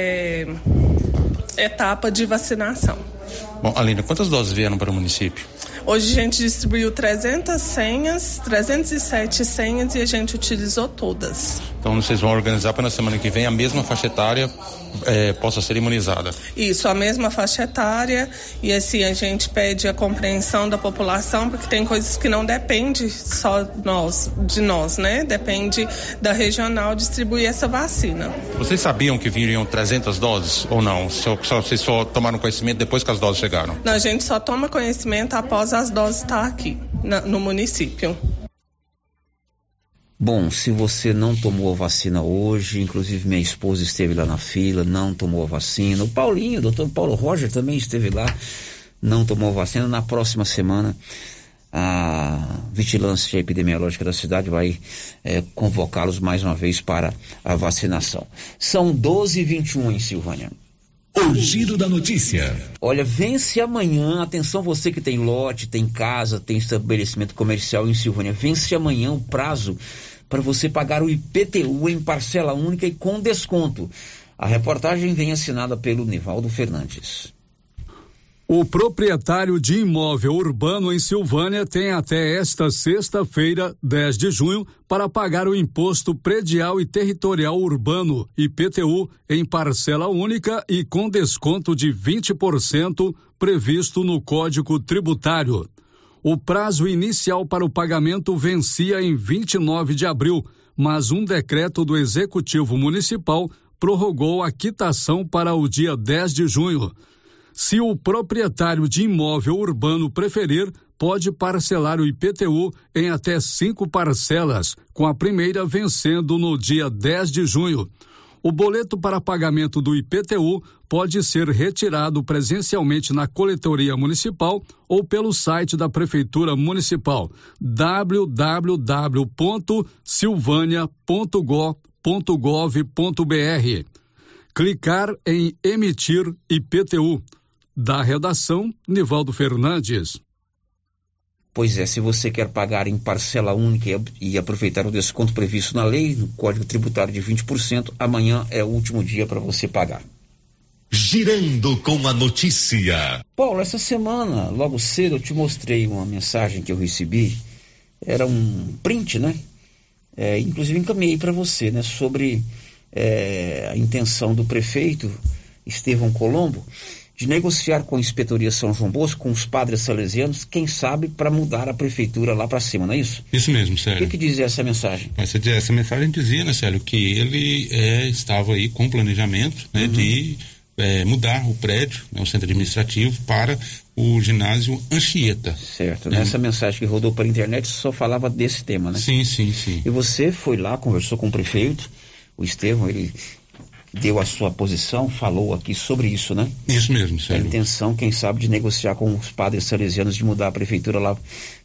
etapas de vacinação. Bom, Aline, quantas doses vieram para o município? Hoje a gente distribuiu 307 senhas e a gente utilizou todas. Então vocês vão organizar para na semana que vem a mesma faixa etária possa ser imunizada. Isso, a mesma faixa etária, e assim a gente pede a compreensão da população, porque tem coisas que não depende só de nós, né? Depende da regional distribuir essa vacina. Vocês sabiam que viriam 300 doses ou não? Vocês só tomaram conhecimento depois que as doses chegaram? Não, a gente só toma conhecimento após as doses estar aqui no município. Bom, se você não tomou a vacina hoje, inclusive minha esposa esteve lá na fila, não tomou a vacina, o Paulinho, o doutor Paulo Roger também esteve lá, não tomou a vacina. Na próxima semana a Vigilância Epidemiológica da cidade vai convocá-los mais uma vez para a vacinação. São 12h21 em Silvânia. O Giro da Notícia. Olha, vence amanhã, atenção você que tem lote, tem casa, tem estabelecimento comercial em Silvânia, vence amanhã o prazo para você pagar o IPTU em parcela única e com desconto. A reportagem vem assinada pelo Nivaldo Fernandes. O proprietário de imóvel urbano em Silvânia tem até esta sexta-feira, 10 de junho, para pagar o Imposto Predial e Territorial Urbano, IPTU, em parcela única e com desconto de 20% previsto no Código Tributário. O prazo inicial para o pagamento vencia em 29 de abril, mas um decreto do Executivo Municipal prorrogou a quitação para o dia 10 de junho. Se o proprietário de imóvel urbano preferir, pode parcelar o IPTU em até 5 parcelas, com a primeira vencendo no dia 10 de junho. O boleto para pagamento do IPTU pode ser retirado presencialmente na coletoria municipal ou pelo site da Prefeitura Municipal, www.silvania.gov.br. Clicar em emitir IPTU. Da redação, Nivaldo Fernandes. Pois é, se você quer pagar em parcela única e aproveitar o desconto previsto na lei, no Código Tributário de 20%, amanhã é o último dia para você pagar. Girando com a notícia. Paulo, essa semana, logo cedo, eu te mostrei uma mensagem que eu recebi. Era um print, né? Inclusive encaminhei para você, né? Sobre a intenção do prefeito Estevão Colombo de negociar com a Inspetoria São João Bosco, com os padres salesianos, quem sabe para mudar a prefeitura lá para cima, não é isso? Isso mesmo, Célio. O que dizia essa mensagem? Essa mensagem dizia, né, Célio, que ele estava aí com planejamento, né, de mudar o prédio, né, o centro administrativo, para o ginásio Anchieta. Certo, nessa mensagem que rodou para a internet só falava desse tema, né? Sim. E você foi lá, conversou com o prefeito, o Estevão, ele deu a sua posição, falou aqui sobre isso, né? Isso mesmo, Célio. A intenção, quem sabe, de negociar com os padres salesianos de mudar a prefeitura lá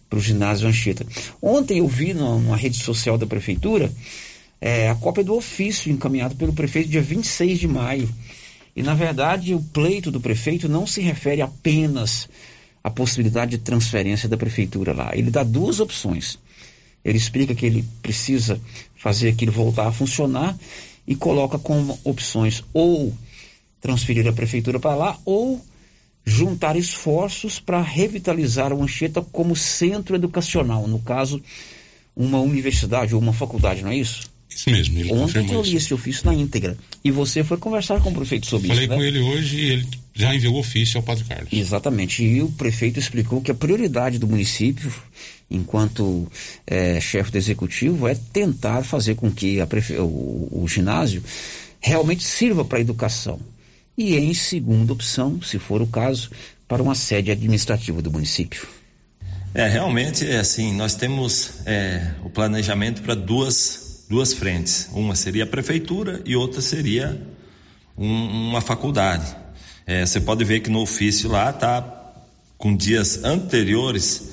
para o ginásio Anchieta. Ontem eu vi numa rede social da prefeitura a cópia do ofício encaminhado pelo prefeito dia 26 de maio. E, na verdade, o pleito do prefeito não se refere apenas à possibilidade de transferência da prefeitura lá. Ele dá duas opções. Ele explica que ele precisa fazer aquilo voltar a funcionar e coloca como opções ou transferir a prefeitura para lá ou juntar esforços para revitalizar o Anchieta como centro educacional, no caso, uma universidade ou uma faculdade, não é isso? Isso mesmo, ele Ontem confirmou eu li esse ofício na íntegra. E você foi conversar com o prefeito sobre Falei isso, né? com ele hoje e ele já enviou o ofício ao Padre Carlos. Exatamente. E o prefeito explicou que a prioridade do município, enquanto chefe do executivo, é tentar fazer com que o ginásio realmente sirva para a educação. E em segunda opção, se for o caso, para uma sede administrativa do município. Realmente, assim, nós temos o planejamento para duas frentes. Uma seria a prefeitura e outra seria uma faculdade. Você pode ver que no ofício lá está com dias anteriores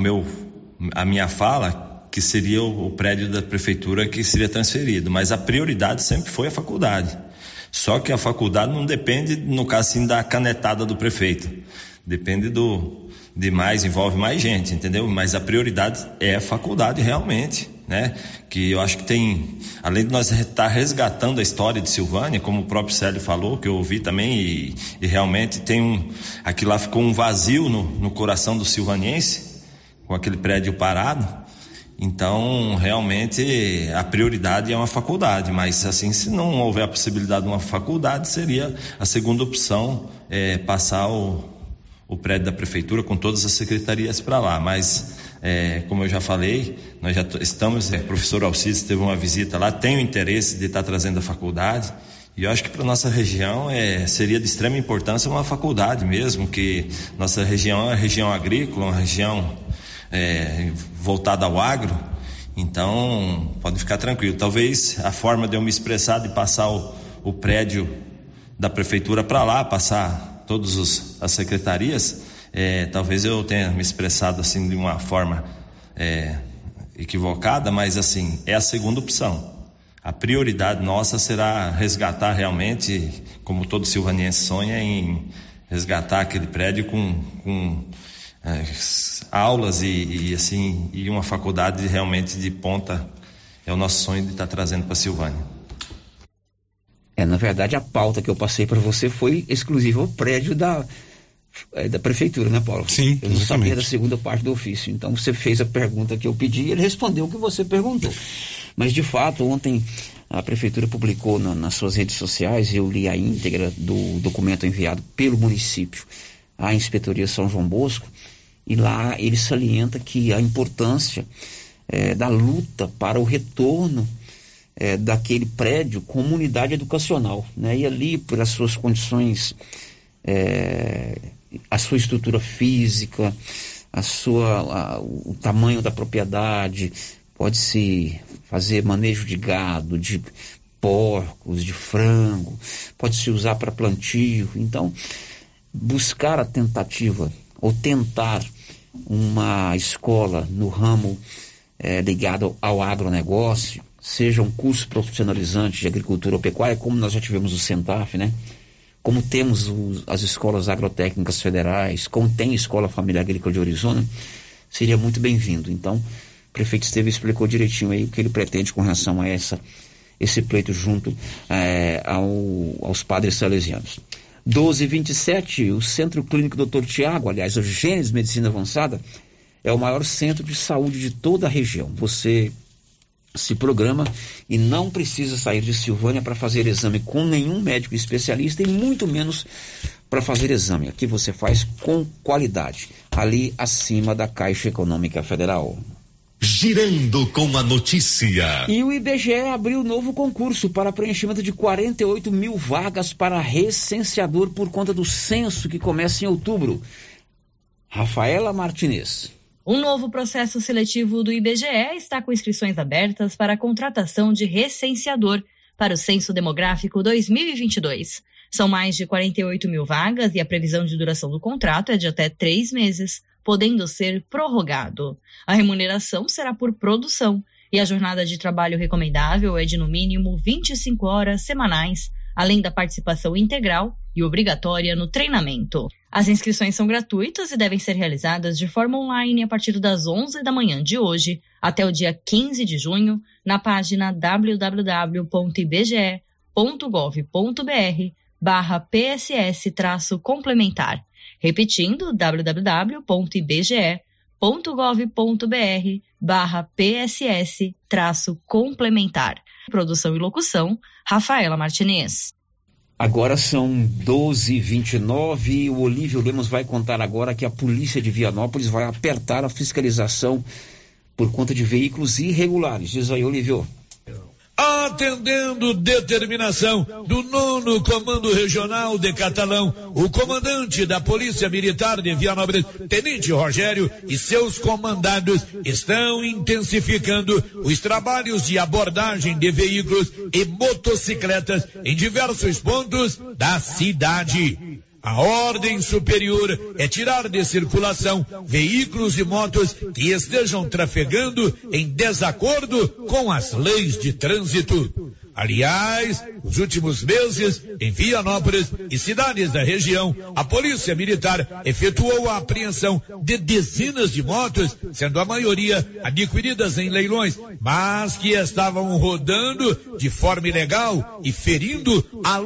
à minha fala, que seria o prédio da prefeitura que seria transferido, mas a prioridade sempre foi a faculdade. Só que a faculdade não depende, no caso assim, da canetada do prefeito. Depende envolve mais gente, entendeu? Mas a prioridade é a faculdade realmente, né? Que eu acho que tem, além de nós estar resgatando a história de Silvânia, como o próprio Célio falou, que eu ouvi também, e realmente aqui lá ficou um vazio no coração do silvaniense, com aquele prédio parado. Então, realmente, a prioridade é uma faculdade, mas assim, se não houver a possibilidade de uma faculdade, seria a segunda opção, passar o prédio da prefeitura com todas as secretarias para lá. Mas, como eu já falei, nós já estamos, o professor Alcides teve uma visita lá, tem o interesse de estar trazendo a faculdade, e eu acho que para nossa região seria de extrema importância uma faculdade mesmo, que nossa região é uma região agrícola, uma região voltada ao agro. Então pode ficar tranquilo. Talvez a forma de eu me expressar, de passar o prédio da prefeitura para lá, passar todas as secretarias, talvez eu tenha me expressado assim de uma forma equivocada, mas assim, é a segunda opção. A prioridade nossa será resgatar realmente, como todo silvaniense sonha, em resgatar aquele prédio com aulas e uma faculdade realmente de ponta. É o nosso sonho de estar trazendo para Silvânia. Na verdade, a pauta que eu passei para você foi exclusiva ao prédio da prefeitura, né, Paulo? Sim, eu não sabia da segunda parte do ofício. Então você fez a pergunta que eu pedi e ele respondeu o que você perguntou. Mas de fato, ontem a prefeitura publicou nas suas redes sociais, eu li a íntegra do documento enviado pelo município à Inspetoria São João Bosco, e lá ele salienta que a importância da luta para o retorno daquele prédio como unidade educacional, né? E ali, pelas suas condições, a sua estrutura física, o tamanho da propriedade, pode-se fazer manejo de gado, de porcos, de frango, pode-se usar para plantio. Então, buscar a tentativa ou tentar uma escola no ramo ligado ao agronegócio, seja um curso profissionalizante de agricultura ou pecuária, como nós já tivemos o Centaf, né? Como temos as escolas agrotécnicas federais, como tem a Escola Familiar Agrícola de Orizona, seria muito bem-vindo. Então, o prefeito Esteves explicou direitinho aí o que ele pretende com relação a esse pleito junto aos padres salesianos. 12h27, o Centro Clínico Dr. Tiago, aliás, o Gênesis Medicina Avançada, é o maior centro de saúde de toda a região. Você se programa e não precisa sair de Silvânia para fazer exame com nenhum médico especialista e muito menos para fazer exame. Aqui você faz com qualidade, ali acima da Caixa Econômica Federal. Girando com a notícia. E o IBGE abriu novo concurso para preenchimento de 48 mil vagas para recenseador por conta do censo que começa em outubro. Rafaela Martinez. Um novo processo seletivo do IBGE está com inscrições abertas para a contratação de recenseador para o Censo Demográfico 2022. São mais de 48 mil vagas e a previsão de duração do contrato é de até 3 meses. podendo ser prorrogado. A remuneração será por produção e a jornada de trabalho recomendável é de no mínimo 25 horas semanais, além da participação integral e obrigatória no treinamento. As inscrições são gratuitas e devem ser realizadas de forma online a partir das 11 da manhã de hoje até o dia 15 de junho na página www.ibge.gov.br/PSS-complementar. Repetindo, www.ibge.gov.br/PSS-complementar. Produção e locução, Rafaela Martinez. Agora são 12h29. O Olívio Lemos vai contar agora que a polícia de Vianópolis vai apertar a fiscalização por conta de veículos irregulares. Diz aí, Olívio. Atendendo determinação do 9º Comando Regional de Catalão, o comandante da Polícia Militar de Vianópolis, Tenente Rogério, e seus comandados estão intensificando os trabalhos de abordagem de veículos e motocicletas em diversos pontos da cidade. A ordem superior é tirar de circulação veículos e motos que estejam trafegando em desacordo com as leis de trânsito. Aliás, nos últimos meses, em Vianópolis e cidades da região, a Polícia Militar efetuou a apreensão de dezenas de motos, sendo a maioria adquiridas em leilões, mas que estavam rodando de forma ilegal e ferindo a